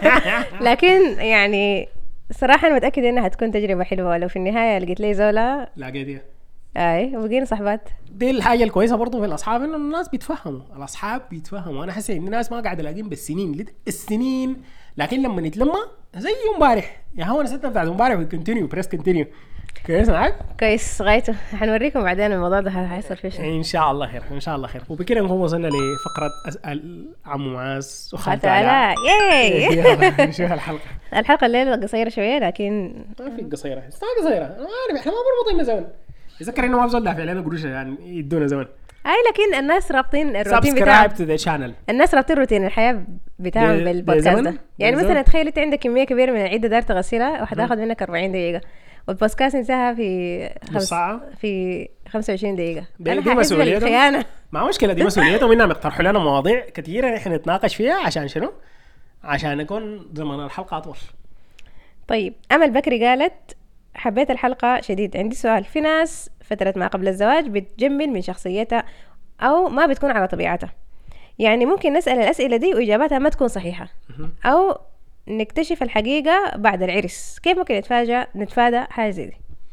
لكن يعني صراحه انا متاكده انها هتكون تجربه حلوه لو في النهايه لقيت لي زوله لقيتيها اي وبقينا صحبات. دي الحاجه الكويسه برضو في الاصحاب، انه الناس بيتفهموا، الاصحاب بيتفهموا. انا حاسس ان الناس ما قاعده لاقين بالسنين لد- السنين، لكن لما نتلمى زي امبارح يا هو انا ستنا بتاعت امبارح وكونتينيو بريس كونتينيو كويس معاك. كويس غايته، حنوريكم بعدين الموضوع ده هيحصل فيه شنو. ان شاء الله خير ان شاء الله خير. وبكده نكون وصلنا لفقره اسال عمو معاذ وخالته خالته علاء. ياي يلا نشوف الحلقه. الحلقه الليله قصيره شويه لكن ما في قصيره، استنى قصيره، انا ما عارف احنا ما مربوطين زمن. يذكر انه ما بزول دافع لنا قروش يعني يدونا زمن. اي لكن الناس رابطين الروتين سبسكرايب بتاعهم، تو ذا شانل. الناس رابطين روتين الحياه بتاعهم ب- بالبودكاست بزمن؟ ده. يعني بزمن؟ مثلا تخيل انت عندك كميه كبيره من العده دار تغسلها وحتاخد منك أربعين دقيقه، والبودكاست انتهى في نص ساعة؟ في خمسة وعشرين دقيقه. دي- انا دي حاحس مسؤوليتهم. بالخيانه. ما مشكله، دي مسؤوليتهم انهم يقترحوا لنا مواضيع كثيره نحن نتناقش فيها. عشان شنو؟ عشان يكون زمن الحلقه اطول. طيب امل بكري قالت حبيت الحلقه شديد، عندي سؤال. في ناس فتره ما قبل الزواج بتجمل من شخصيتها او ما بتكون على طبيعتها، يعني ممكن نسأل الأسئلة دي وإجاباتها ما تكون صحيحة، أو نكتشف الحقيقة بعد العرس. كيف ممكن نتفاجأ نتفادى حاجة زي دي؟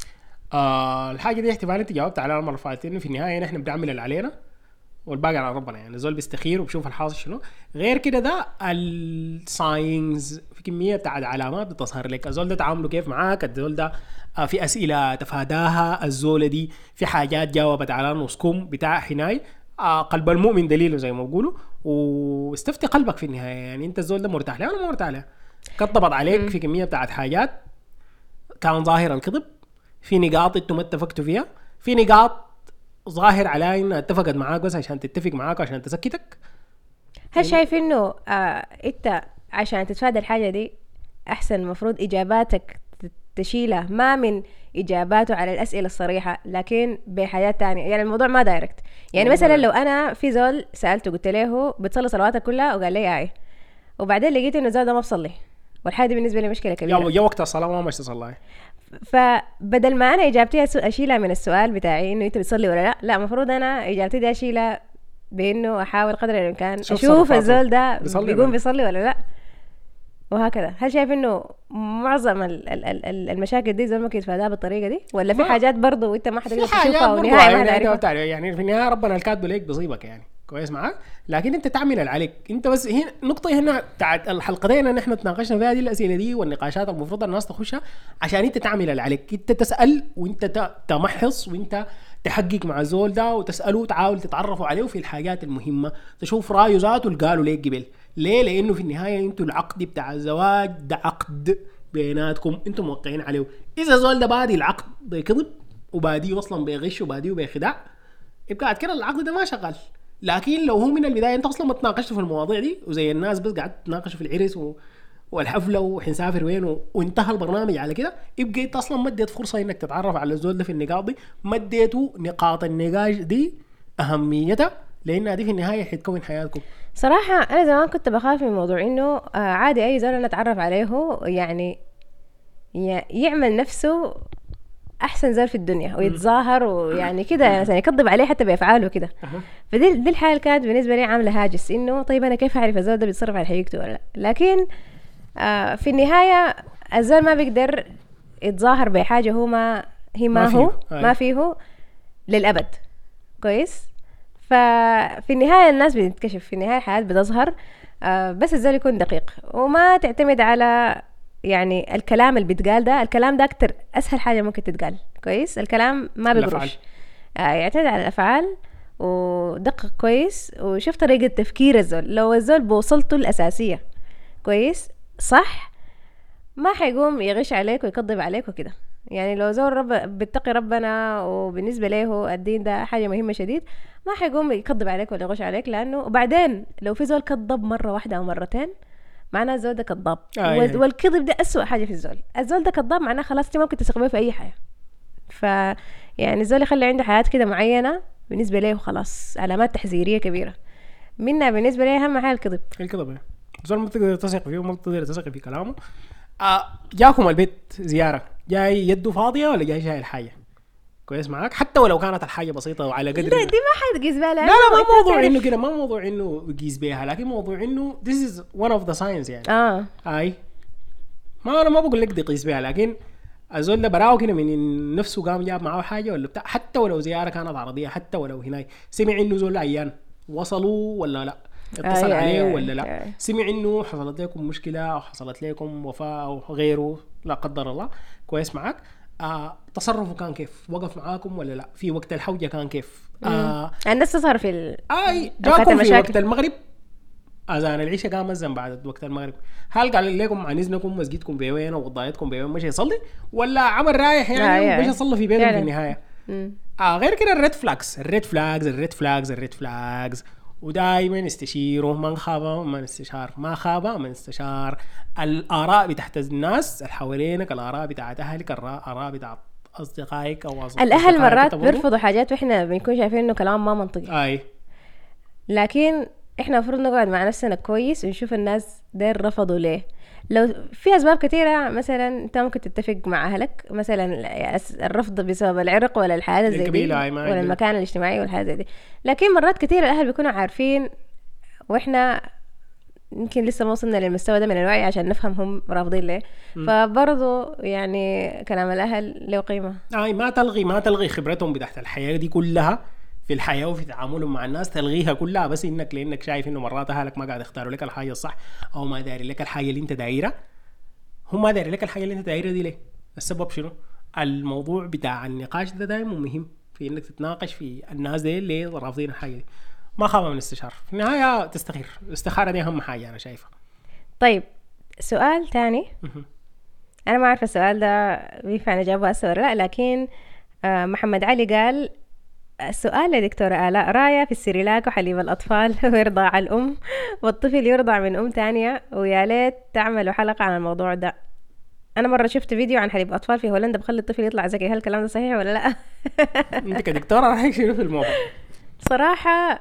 آه الحاجه دي احتمال انت جاوبت عليها المره اللي فاتت، انه في النهايه نحن بنعمل اللي علينا والباقي على ربنا. يعني الزول بيستخير وبشوف الحاصل شنو. غير كده ده الساينز في كميه بتاعت علامات بتظهر لك الزول ده تعامله كيف معاك، الزول ده آه في اسئله تفاداها، الزوله دي في حاجات جاوبت على نص كم بتاع حناي. آه قلب المؤمن دليله زي ما بيقولوا، واستفتي قلبك في النهايه. يعني انت الزول ده مرتاح له ولا ما مرتاح له؟ كطبط عليك في كميه بتاعت حاجات، كان ظاهر الكذب، في نقاط انتم ما اتفقتوا فيها، في نقاط ظاهر عليها انها اتفقت معاك بس عشان تتفق معاك وعشان تسكتك. هل شايف انه آه انت عشان تتفادى الحاجة دي احسن المفروض اجاباتك ت- تشيلها ما من اجاباته على الاسئلة الصريحة، لكن بحاجات تانية؟ يعني الموضوع ما دايركت. يعني مثلا لو انا في زول سألته قلت له بتصلي صلواتك كلها وقال لي اي، وبعدين لقيت انه الزول ده ما بصلي، والحاجة دي بالنسبة لي مشكلة كبيرة. يا يا وقت الصلاه ما مش تصلي. فبدل ما انا اجابتي أسو- اشيلها من السؤال بتاعي انه انت بتصلي ولا لا، لا المفروض انا اجابتي دي اشيلها بانه احاول قدر الامكان شوف اشوف تصرفاته. الزول ده بيصلي بيقوم ولا لا؟ بيصلي ولا لا، وهكذا. هل شايف انه معظم ال- ال- ال- ال- المشاكل دي زول ممكن يتفاداها بالطريقه دي، ولا في ما- حاجات برضه وانت ما حتقدر في حاجات تشوفها برضو ونهائي ما يعني انت حتعرفها؟ بتعرف، يعني في النهايه ربنا الكاتب ليك بيصيبك يعني كويس معاك، لكن انت تعمل اللي عليك انت بس. هنا نقطه هنا بتاعت الحلقتين ان احنا تناقشنا فيها دي الاسئله دي والنقاشات المفروض الناس تخشها عشان انت تعمل اللي عليك. انت تسال وانت ت- تمحص وانت تحقق مع الزول ده وتساله وتحاول تتعرفوا عليه في الحاجات المهمه، تشوف رايه ذاته اللي قالوا ليك قبل. ليه؟ لانه في النهايه انتوا العقد بتاع الزواج ده عقد بيناتكم انتم موقعين عليه. اذا الزول ده بادي العقد بكذب وباديه اصلا بيغش وباديه بخداع، يبقى بعد كده العقد ده ما شغال. لكن لو هو من البدايه انت اصلا ما تناقشت في المواضيع دي وزي الناس بس قاعد تناقشوا في العرس و... والحفله وحنسافر وين و... وانتهى البرنامج على كده، يبقى انت اصلا ما اديت فرصه انك تتعرف على الزول ده في النقاط دي، ما اديته نقاط النقاش دي اهميتها، لانها دي في النهايه حتكون حياتكم. صراحه انا زمان كنت بخاف من موضوع انه آه عادي اي زول انا اتعرف عليه يعني ي- يعمل نفسه احسن زول في الدنيا ويتظاهر ويعني كده مثلا يكذب عليه حتى بافعاله كده. أها. فدي دي الحاله كانت بالنسبه لي عامله هاجس، انه طيب انا كيف اعرف الزول ده بيتصرف على حقيقته ولا لا؟ لكن آه في النهايه الزول ما بيقدر يتظاهر بحاجه هو ما هي ما, ما فيه. هو أي. ما فيه للابد. كويس. ففي النهايه الناس بتتكشف، في النهايه الحياه بتظهر. آه بس الزول يكون دقيق وما تعتمد على يعني الكلام اللي بيتقال ده. الكلام ده اكتر اسهل حاجه ممكن تتقال. كويس. الكلام ما الأفعال. بيقروش. آه يعتمد على الافعال ودقق كويس وشوف طريقه تفكير الزول. لو الزول بوصلته الاساسيه كويس صح ما حيقوم يغش عليك ويكذب عليك وكده. يعني لو زول رب بيتقي ربنا وبالنسبه له الدين ده حاجه مهمه شديد ما حيقوم يكذب عليك ولا يغش عليك. لانه وبعدين لو في زول كذب مره واحده او مرتين معناه الزول ده كذاب. آه وال- يعني. والكذب ده أسوأ حاجه في الزول. الزول ده كذاب معناه خلاص انت ممكن تثق بيه في اي حاجه. ف يعني الزول يخلي عنده حياه كده معينه بالنسبه له خلاص علامات تحذيريه كبيره منها. بالنسبه لي اهم حاجه الكذب. الكذب يعني الزول ما تقدر تثق فيه وما تقدر تثق في كلامه. آه جاكم البيت زياره، جاي يده فاضيه ولا جاي شايل حاجه كويس معاك، حتى ولو كانت الحاجه بسيطه وعلى قدر. لا دي ما حتقيس بها. لا لا ما موضوع انه كده، ما موضوع انه يقيس بيها، لكن موضوع انه this is one of the science يعني. اه هاي ما انا ما بقول لك دي قيس بيها، لكن الزول ده براو كده من نفسه قام جاب معاه حاجه ولا بتاع، حتى ولو زياره كانت عرضيه، حتى ولو هناي سمع انه زول عيان وصلوا ولا لا، اتصل آه عليه آه ولا لا، آه. سمع انه حصلت لكم مشكله او حصلت لكم وفاه او غيره لا قدر الله كويس معاك. آه تصرفه كان كيف، وقف معاكم ولا لا، في وقت الحوجه كان كيف. آه الناس تظهر في ال... اي أوقات جاكم في المشاكل. وقت المغرب، اذان العشاء قام اذن بعد وقت المغرب، هل قال لكم عن اذنكم مسجدكم بوين ووضايتكم بوين مشي يصلي، ولا عمل رايح يعني آه ومشي يصلي في بيتهم في فعلاً. النهايه؟ مم. آه غير كده الريد فلاجز الريد فلاجز الريد فلاجز الريد فلاجز ودائما استشيروا، من خاب من استشار، ما خاب من استشار. الاراء بتاعت الناس اللي حوالينك، الاراء بتاعت اهلك، الاراء بتاعت اصدقائك او أصدقائك الاهل مرات أنت برضو. بيرفضوا حاجات واحنا بنكون شايفين انه كلام ما منطقي. اي لكن احنا المفروض نقعد مع نفسنا كويس ونشوف الناس دير رفضوا ليه. لو في اسباب كثيره، مثلا انت ممكن تتفق مع اهلك مثلا الرفض بسبب العرق ولا الحاله زي دي القبيلة، أي ما ولا عندنا. المكان الاجتماعي والحاجه زي دي. لكن مرات كثيره الاهل بيكونوا عارفين واحنا يمكن لسه ما وصلنا للمستوى ده من الوعي عشان نفهم هم رافضين ليه. فبرضو يعني كلام الاهل له قيمه. اي ما تلغي ما تلغي خبرتهم بتاعت الحياه دي كلها في الحياه وفي تعاملهم مع الناس، تلغيها كلها بس انك لانك شايف انه مرات اهلك ما قاعد يختاروا لك الحاجه الصح او ما داري لك الحاجه اللي انت دايرها. هم ما داري لك الحاجه اللي انت دايرها دي ليه؟ السبب شنو؟ الموضوع بتاع النقاش ده دائما مهم في انك تتناقش في الناس دي اللي رافضين الحاجه دي. ما خاف من الاستشاره، في النهايه تستخير، الاستخاره دي اهم حاجه انا شايفها. طيب سؤال تاني، انا ما عارفه السؤال ده بينفع نجاوبه هسه ولا لا، لكن آه محمد علي قال السؤال لدكتورة آلاء، راية في السريلاك وحليب الأطفال وإرضاع الأم والطفل يرضع من أم تانية، ويا ليت تعملوا حلقة عن الموضوع ده. أنا مرة شفت فيديو عن حليب أطفال في هولندا بخلي الطفل يطلع ذكي، هل الكلام ده صحيح ولا لا؟ انت كدكتورة رايك شنو في الموضوع؟ صراحة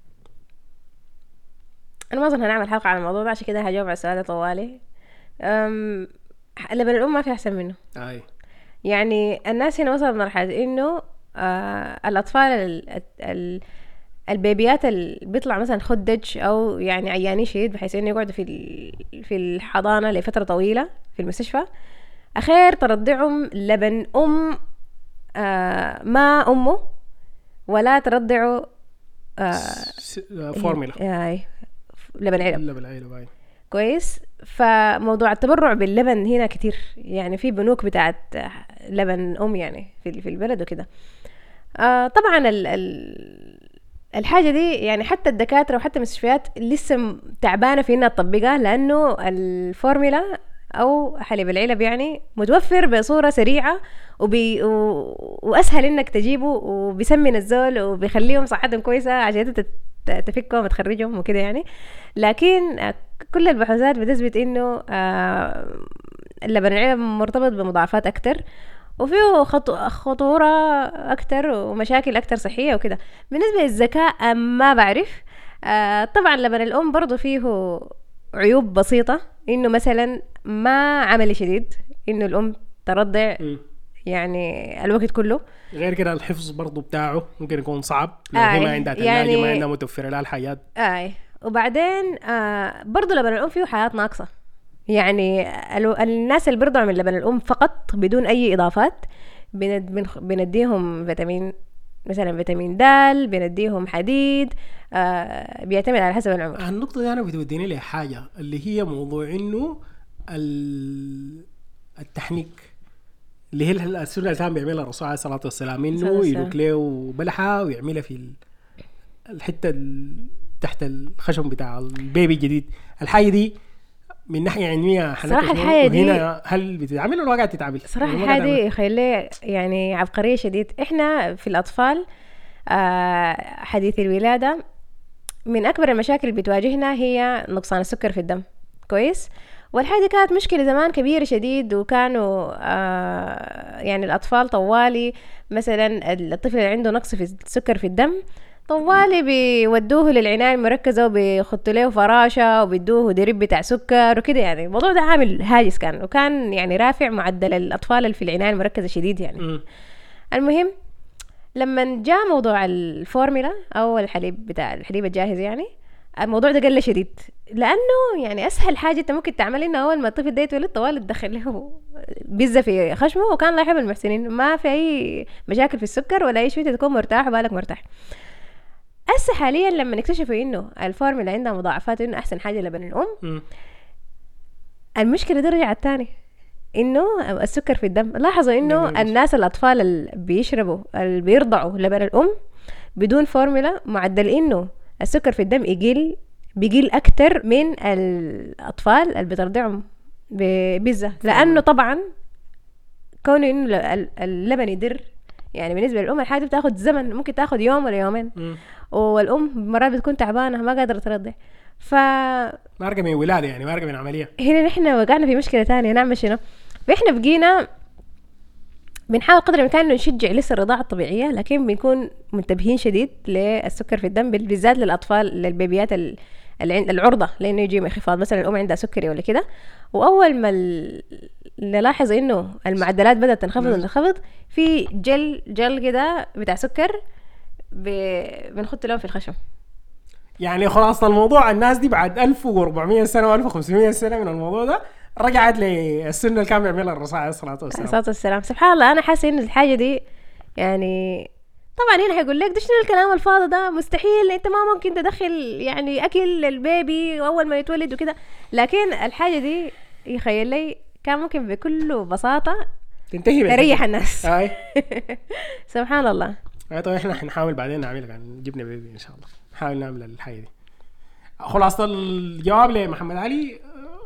أنا ما أظن هنعمل حلقة عن الموضوع ده، عشان كده هجاوب على السؤال ده طوالي. أم... لبن الأم ما في أحسن منه. أي. يعني الناس هنا وصلت مرحلة إنه آه الأطفال ال... ال... البيبيات اللي بيطلع مثلا خدج أو يعني عيانين شديد بحيث إنه يقعدوا في ال... في الحضانة لفترة طويلة في المستشفى، أخير ترضعهم لبن أم آه ما أمه، ولا ترضعوا آه فورميلا آه لبن علب. لبن علب باي. كويس. فموضوع التبرع باللبن هنا كتير، يعني في بنوك بتاعت لبن أم يعني في في البلد وكده. آه طبعا ال ال الحاجة دي يعني حتى الدكاترة وحتى المستشفيات لسه تعبانة في إنها تطبقها، لأنه الفورميلا أو حليب العلب يعني متوفر بصورة سريعة وبي و... وأسهل إنك تجيبه، وبيسمن الزول وبيخليهم صحتهم كويسة عشان تفكهم وتخرجهم وكده يعني. لكن كل البحوثات بتثبت إنه اللبن العلب مرتبط بمضاعفات أكتر وفيه خطورة أكتر ومشاكل أكتر صحية وكده. بالنسبة للذكاء ما بعرف. طبعا لبن الأم برضو فيه عيوب بسيطة، إنه مثلا ما عملي شديد إنه الأم ترضع م. يعني الوقت كله. غير كده الحفظ برضو بتاعه ممكن يكون صعب لو هي ما عندها ثلاجة يعني ما عندها متوفرة لها الحاجات. آه. وبعدين آه برضو لبن الأم فيه حياة ناقصة، يعني الناس اللي بيرضعوا من لبن الأم فقط بدون أي إضافات بنديهم فيتامين مثلا فيتامين د، بنديهم حديد، آه بيعتمد على حسب العمر. النقطة دي أنا بتوديني لحاجة اللي هي موضوع إنه التحنيك اللي هي السنة اللي كان بيعملها الرسول عليه الصلاة والسلام، إنه يلوك له بلحة ويعملها في الحتة تحت الخشم بتاع البيبي الجديد. الحاجة دي من ناحية علمية صراحة الحاجة دي هنا هل بتتعمل ولا قاعد تتعمل؟ صراحة الحاجة دي خليه يعني عبقرية شديد. إحنا في الأطفال آه حديث الولادة من أكبر المشاكل اللي بتواجهنا هي نقصان السكر في الدم. كويس. والحاجة كانت مشكلة زمان كبيرة شديد، وكانوا آه يعني الأطفال طوالي مثلا الطفل اللي عنده نقص في السكر في الدم طوالي بيودوه للعناية المركزة وبيخطوا له فراشة وبيدوه دريب بتاع سكر وكده. يعني الموضوع ده عامل هاجس كان، وكان يعني رافع معدل الأطفال اللي في العناية المركزة شديد يعني. م. المهم لما جاء موضوع الفورميلا أو الحليب بتاع الحليب الجاهز يعني الموضوع ده قل شديد، لأنه يعني أسهل حاجة أنت ممكن تعمل إنه أول ما الطفل ده يتولد طوال تدخل له بيزا في خشمه، وكان لاحب المحسنين ما في أي مشاكل في السكر ولا أي شيء، تكون مرتاح وبالك مرتاح. هسه حاليا لما نكتشفوا إنه الفورميلا عندها مضاعفات وإنه أحسن حاجة لبن الأم م. المشكلة دي رجعت تاني إنه السكر في الدم. لاحظوا إنه الناس الأطفال اللي بيشربوا اللي بيرضعوا لبن الأم بدون فورميلا معدل إنه السكر في الدم يقل بيقل أكتر من الأطفال اللي بترضعهم ببزة، لأنه طبعا كونه إنه اللبن يدر يعني بالنسبة للأم الحاجة بتاخد زمن، ممكن تاخد يوم ولا يومين م. والأم مرات بتكون تعبانة ما قادرة ترضع. ف مارقة من ولادة يعني مارقة من عملية. هنا نحن وقعنا في مشكلة تانية، نعمل شنو؟ فإحنا بقينا بنحاول قدر الإمكان إنه نشجع لسه الرضاعة الطبيعية، لكن بنكون منتبهين شديد للسكر في الدم بالذات للأطفال للبيبيات العرضة لأنه يجي انخفاض، مثلا الأم عندها سكري ولا كده. وأول ما نلاحظ إنه المعدلات بدأت تنخفض تنخفض في جل جل كده بتاع سكر بنخط لهم في الخشم. يعني خلاص الموضوع الناس دي بعد ألف وأربعمية سنه وألف وخمسمية سنه من الموضوع ده رجعت للسنه اللي كان بيعملها الرسول عليه الصلاه والسلام. الصلاة والسلام. سبحان الله، انا حاسه ان الحاجه دي يعني طبعا هنا هيقول لك ده شنو الكلام الفاضي ده، مستحيل، انت ما ممكن تدخل يعني اكل البيبي اول ما يتولد وكده. لكن الحاجه دي يخيل لي كان ممكن بكل بساطه تنتهي تريح الناس. اي سبحان الله. اي طيب احنا حنحاول بعدين نعمل كان جبنا بيبي ان شاء الله، نحاول نعمل الحاجه دي. خلاص الجواب لمحمد علي،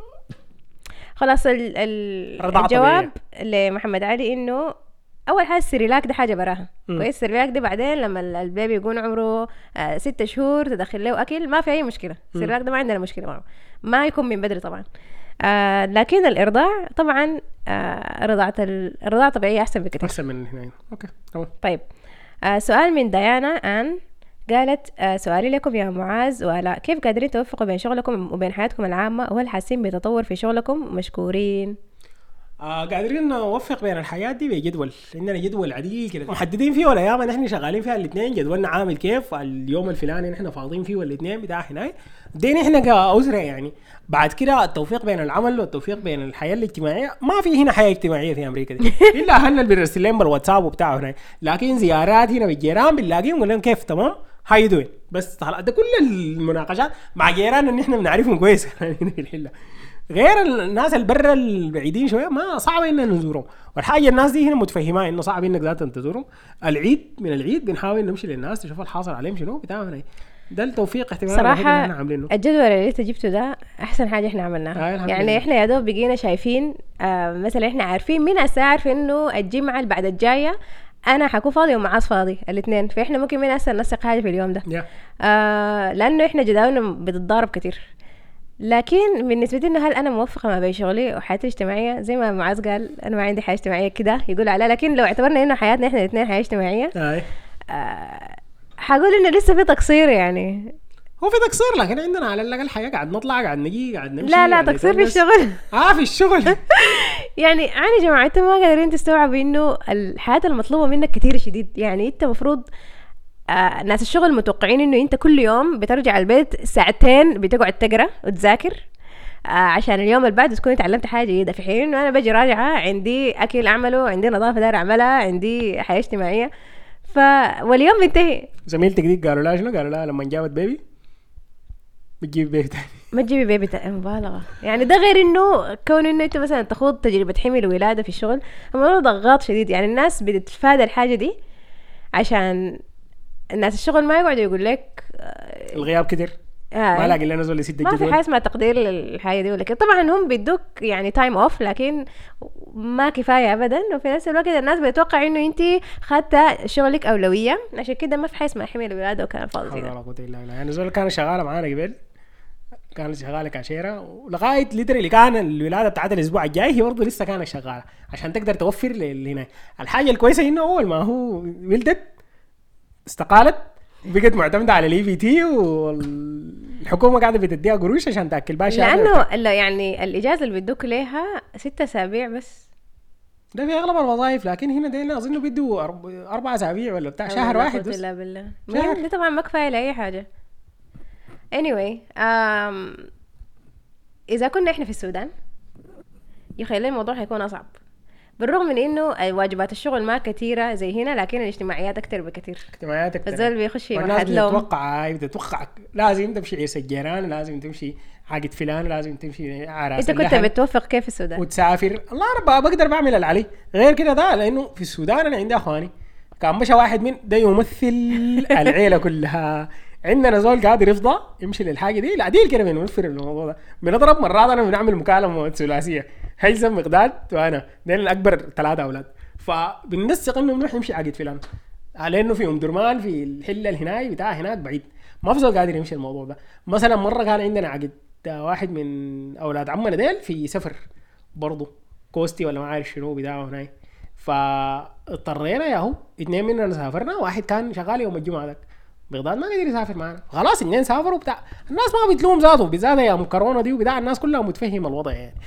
خلاص ال ال رضاعة الجواب لمحمد علي انه اول حاجه السريلاك ده حاجه براها مم. كويس. السريلاك ده بعدين لما ال- البيبي يكون عمره آه ستة شهور تدخل له اكل ما في اي مشكله. السريلاك ده ما عندنا مشكله معه، ما يكون من بدري طبعا. آه لكن الارضاع طبعا آه رضاعه ال- الرضاعه الطبيعيه احسن بكثير. احسن من هنا. اوكي تمام. طيب آه سؤال من ديانا ان قالت آه سؤالي لكم يا معاذ وآلاء، كيف قادرين توفقوا بين شغلكم وبين حياتكم العامه، وهل حاسين بتطور في شغلكم؟ مشكورين. آه قادرين نوفق بين الحياة دي بجدول، عندنا جدول عديد كده محددين فيه، والايام اللي احنا شغالين فيها الاثنين جدولنا عامل كيف، اليوم الفلاني نحن فاضيين فيه والاثنين بتاع هنا دين احنا كأسرة يعني. بعد كده التوفيق بين العمل والتوفيق بين الحياة الاجتماعية، ما في هنا حياة اجتماعية في امريكا دي الا اهلنا اللي بنرسل لهم بالواتساب وبتاعه هنا، لكن زيارات هنا بالجيران بنلاقيهم ونقول لهم كيف تمام هاي دوين، بس ده كل المناقشات مع جيران ان احنا بنعرفهم كويس هنا في الحلة. غير الناس البر البعيدين شويه ما صعب اننا نزورهم، والحاجه الناس دي هنا متفهمه انه صعب انك ذات تزورهم. العيد من العيد بنحاول نمشي للناس نشوف الحاصل عليهم شنو بتاعنا، ده التوفيق احتمال صراحة احنا عاملينه. الجدول اللي انت جبته ده احسن حاجة احنا عملناها. آه يعني لله. احنا يا دوب بقينا شايفين آه مثلا احنا عارفين مين هسه عارف انه الجمعة اللي بعد الجاية انا حكون فاضي ومعاذ فاضي الاثنين، فاحنا ممكن مين هسه ننسق حاجة في اليوم ده. yeah. آه لانه احنا جداولنا بتتضارب كتير. لكن بالنسبة لي انه هل انا موفقة ما بين شغلي وحياتي الاجتماعية؟ زي ما معاذ قال انا ما عندي حياة اجتماعية كده يقول عليها، لكن لو اعتبرنا انه حياتنا احنا الاثنين حياة اجتماعية آه. آه حقول انه لسه في تقصير يعني. هو في تقصير، لكن عندنا على الاقل حاجه قاعد نطلع قاعد نجي قاعد نمشي. لا لا قاعد تقصير في نتونس. الشغل. اه في الشغل يعني انا يا جماعه انتوا ما قادرين تستوعبوا انه الحياه المطلوبه منك كتير شديد. يعني انت مفروض آه ناس الشغل متوقعين انه انت كل يوم بترجع البيت ساعتين بتقعد تقرا وتذاكر آه عشان اليوم اللي بعده تكون اتعلمت حاجه جديده، في حين انه انا باجي راجعه عندي اكل اعمله، عندي نظافه داير اعملها، عندي حياه اجتماعيه، ف واليوم بينتهي. زميلتك دي قالوا لها شنو؟ قالوا لها لما جابت بيبي بتجيب بيبي تاني. ما تجيبي بيبي تا- مبالغه يعني. ده غير انه كون انه انت مثلا تخوض تجربه حمل ولاده في الشغل الموضوع ضغط شديد. يعني الناس بتتفادى الحاجه دي عشان الناس الشغل ما يقعدوا يقول لك آه، الغياب كتير آه ما لاقي لنا زول يسد ما في الجدول. حاجه اسمها تقدير للحاجه دي، ولكن طبعا هم بيدوك يعني تايم اوف لكن ما كفايه ابدا. وفي نفس الوقت الناس بتتوقع انه انت خدت شغلك اولويه، عشان كده ما في حاجه اسمها حمل ولاده وكلام فاضي حول كده. ولا قوة الا بالله. يعني زول كانت شغاله معانا قبل، كانت شغاله كاشيره، ولغايه ليترلي كان الولاده بتاعت الاسبوع الجاي هي برضه لسه كانت شغاله عشان تقدر توفر اللي هنا. الحاجه الكويسه انه اول ما هو ولدت استقالت بقت معتمده على الاي في تي، والحكومه قاعده بتديها قروش عشان تاكل بها شهر. لانه ال- يعني الاجازه اللي بيدوك ليها ستة اسابيع بس. ده في اغلب الوظائف، لكن هنا ده اظن بيدوا أرب- اربع اسابيع ولا بتاع شهر واحد بس. لا بالله شهر. ده طبعا ما كفايه لاي حاجه. anyway um, اذا كنا احنا في السودان يخيل الموضوع هيكون اصعب، بالرغم من انه واجبات الشغل ما كثيره زي هنا، لكن الاجتماعيات اكثر بكثير. اجتماعيات اكثر، فالزول بيخش في والناس مرحله لوم. بتتوقع هاي بتتوقع لازم تمشي عيس الجيران، لازم تمشي حاجة فلان، لازم تمشي عراس انت كنت اللحم بتوفق كيف في السودان؟ وتسافر. الله انا بقدر بعمل اللي علي، غير كده ده لانه في السودان انا عندي اخواني كان مشى واحد من ده يمثل العيله كلها. عندنا زول قادر يفضى يمشي للحاجه دي العديل كده بنوفر الموضوع ده. بنضرب مرات انا بنعمل مكالمه ثلاثيه، هيثم مقداد وانا دين الاكبر ثلاثه اولاد، فبننسق انه نروح نمشي عقد فلان على انه في ام درمان في الحله الهناي بتاع هناك بعيد، ما في زول قادر يمشي الموضوع ده. مثلا مره كان عندنا عقد واحد من اولاد عمنا ديل في سفر برضه كوستي ولا ما عارف شنو بتاعه هناك، فاضطرينا يا هو اثنين مننا سافرنا، واحد كان شغال يوم الجمعه ذاك بغداد ما قدر يسافر معنا، خلاص اثنين سافروا بتاع. الناس ما بتلوم ذاته بزاده يا ام كورونا دي وبتاع، الناس كلها متفهمه الوضع يعني.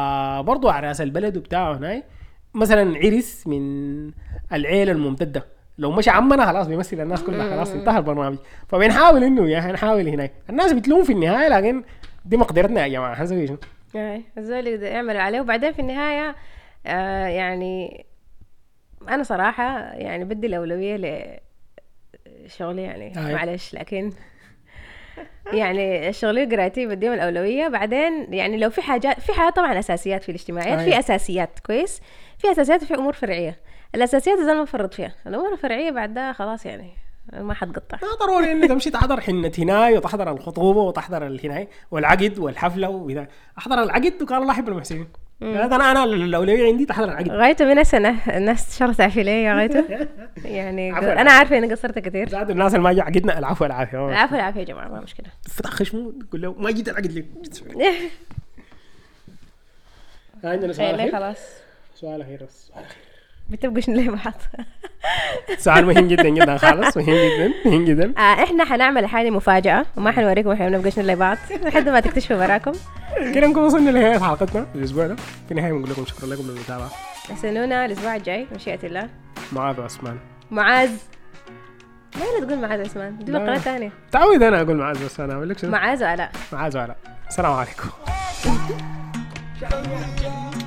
فبرضه عراس البلد وبتاعه هناك مثلا عرس من العيله الممتده لو مشي عمنا خلاص بيمثل الناس كلها، خلاص انتهى البرنامج. فبنحاول انه يا اخي نحاول هناك، الناس بتلوم في النهايه لكن دي مقدرتنا يا جماعه، هنسوي شنو؟ اي الزول يقدر يعمل عليه. وبعدين في النهايه آه يعني انا صراحه يعني بدي الاولويه لشغلي يعني أي. معلش، لكن يعني الشغلية قرايتي بديهم الأولوية. بعدين يعني لو في حاجات، في حاجات طبعا أساسيات في الاجتماعيات، في أساسيات كويس، في أساسيات وفي أمور فرعية. الأساسيات إذا ما فرط فيها، الأمور الفرعية بعد ده خلاص يعني ما حتقطع. ما ضروري انك تمشي تحضر حنة هناي وتحضر الخطوبة وتحضر الهناي والعقد والحفلة وكذا. احضر العقد وكان الله يحب المحسنين. انا انا الاولوية عندي تحضر العقد. غايته من السنة الناس شرط تعفي لي يا غايته يعني انا عارفة اني قصرت كثير. زاد الناس اللي ما جا عقدنا العفو والعافية. العفو والعافية يا جماعة ما مشكلة. فتح خشمه تقول له ما جيت العقد لك. عندنا سؤال اخير. خلاص سؤال اخير بس. سؤال اخير بتبقى شنو ليه بعض. سؤال مهم جدا جدا خالص، مهم جدا مهم جدا. آه احنا حنعمل حاجه مفاجاه وما حنوريكم احنا بنبقى شنو لبعض لحد ما تكتشفوا براكم. كده نكون وصلنا لنهايه حلقتنا الاسبوع ده. في النهايه بنقول لكم شكرا لكم للمتابعه. استنونا الاسبوع الجاي مشيئه الله. معاذ وعثمان. معاذ ما لا تقول معاذ وعثمان، دي قناه ثانيه. تعود انا اقول معاذ بس انا اقول لك شنو. معاذ وعلاء. معاذ وعلاء. السلام عليكم.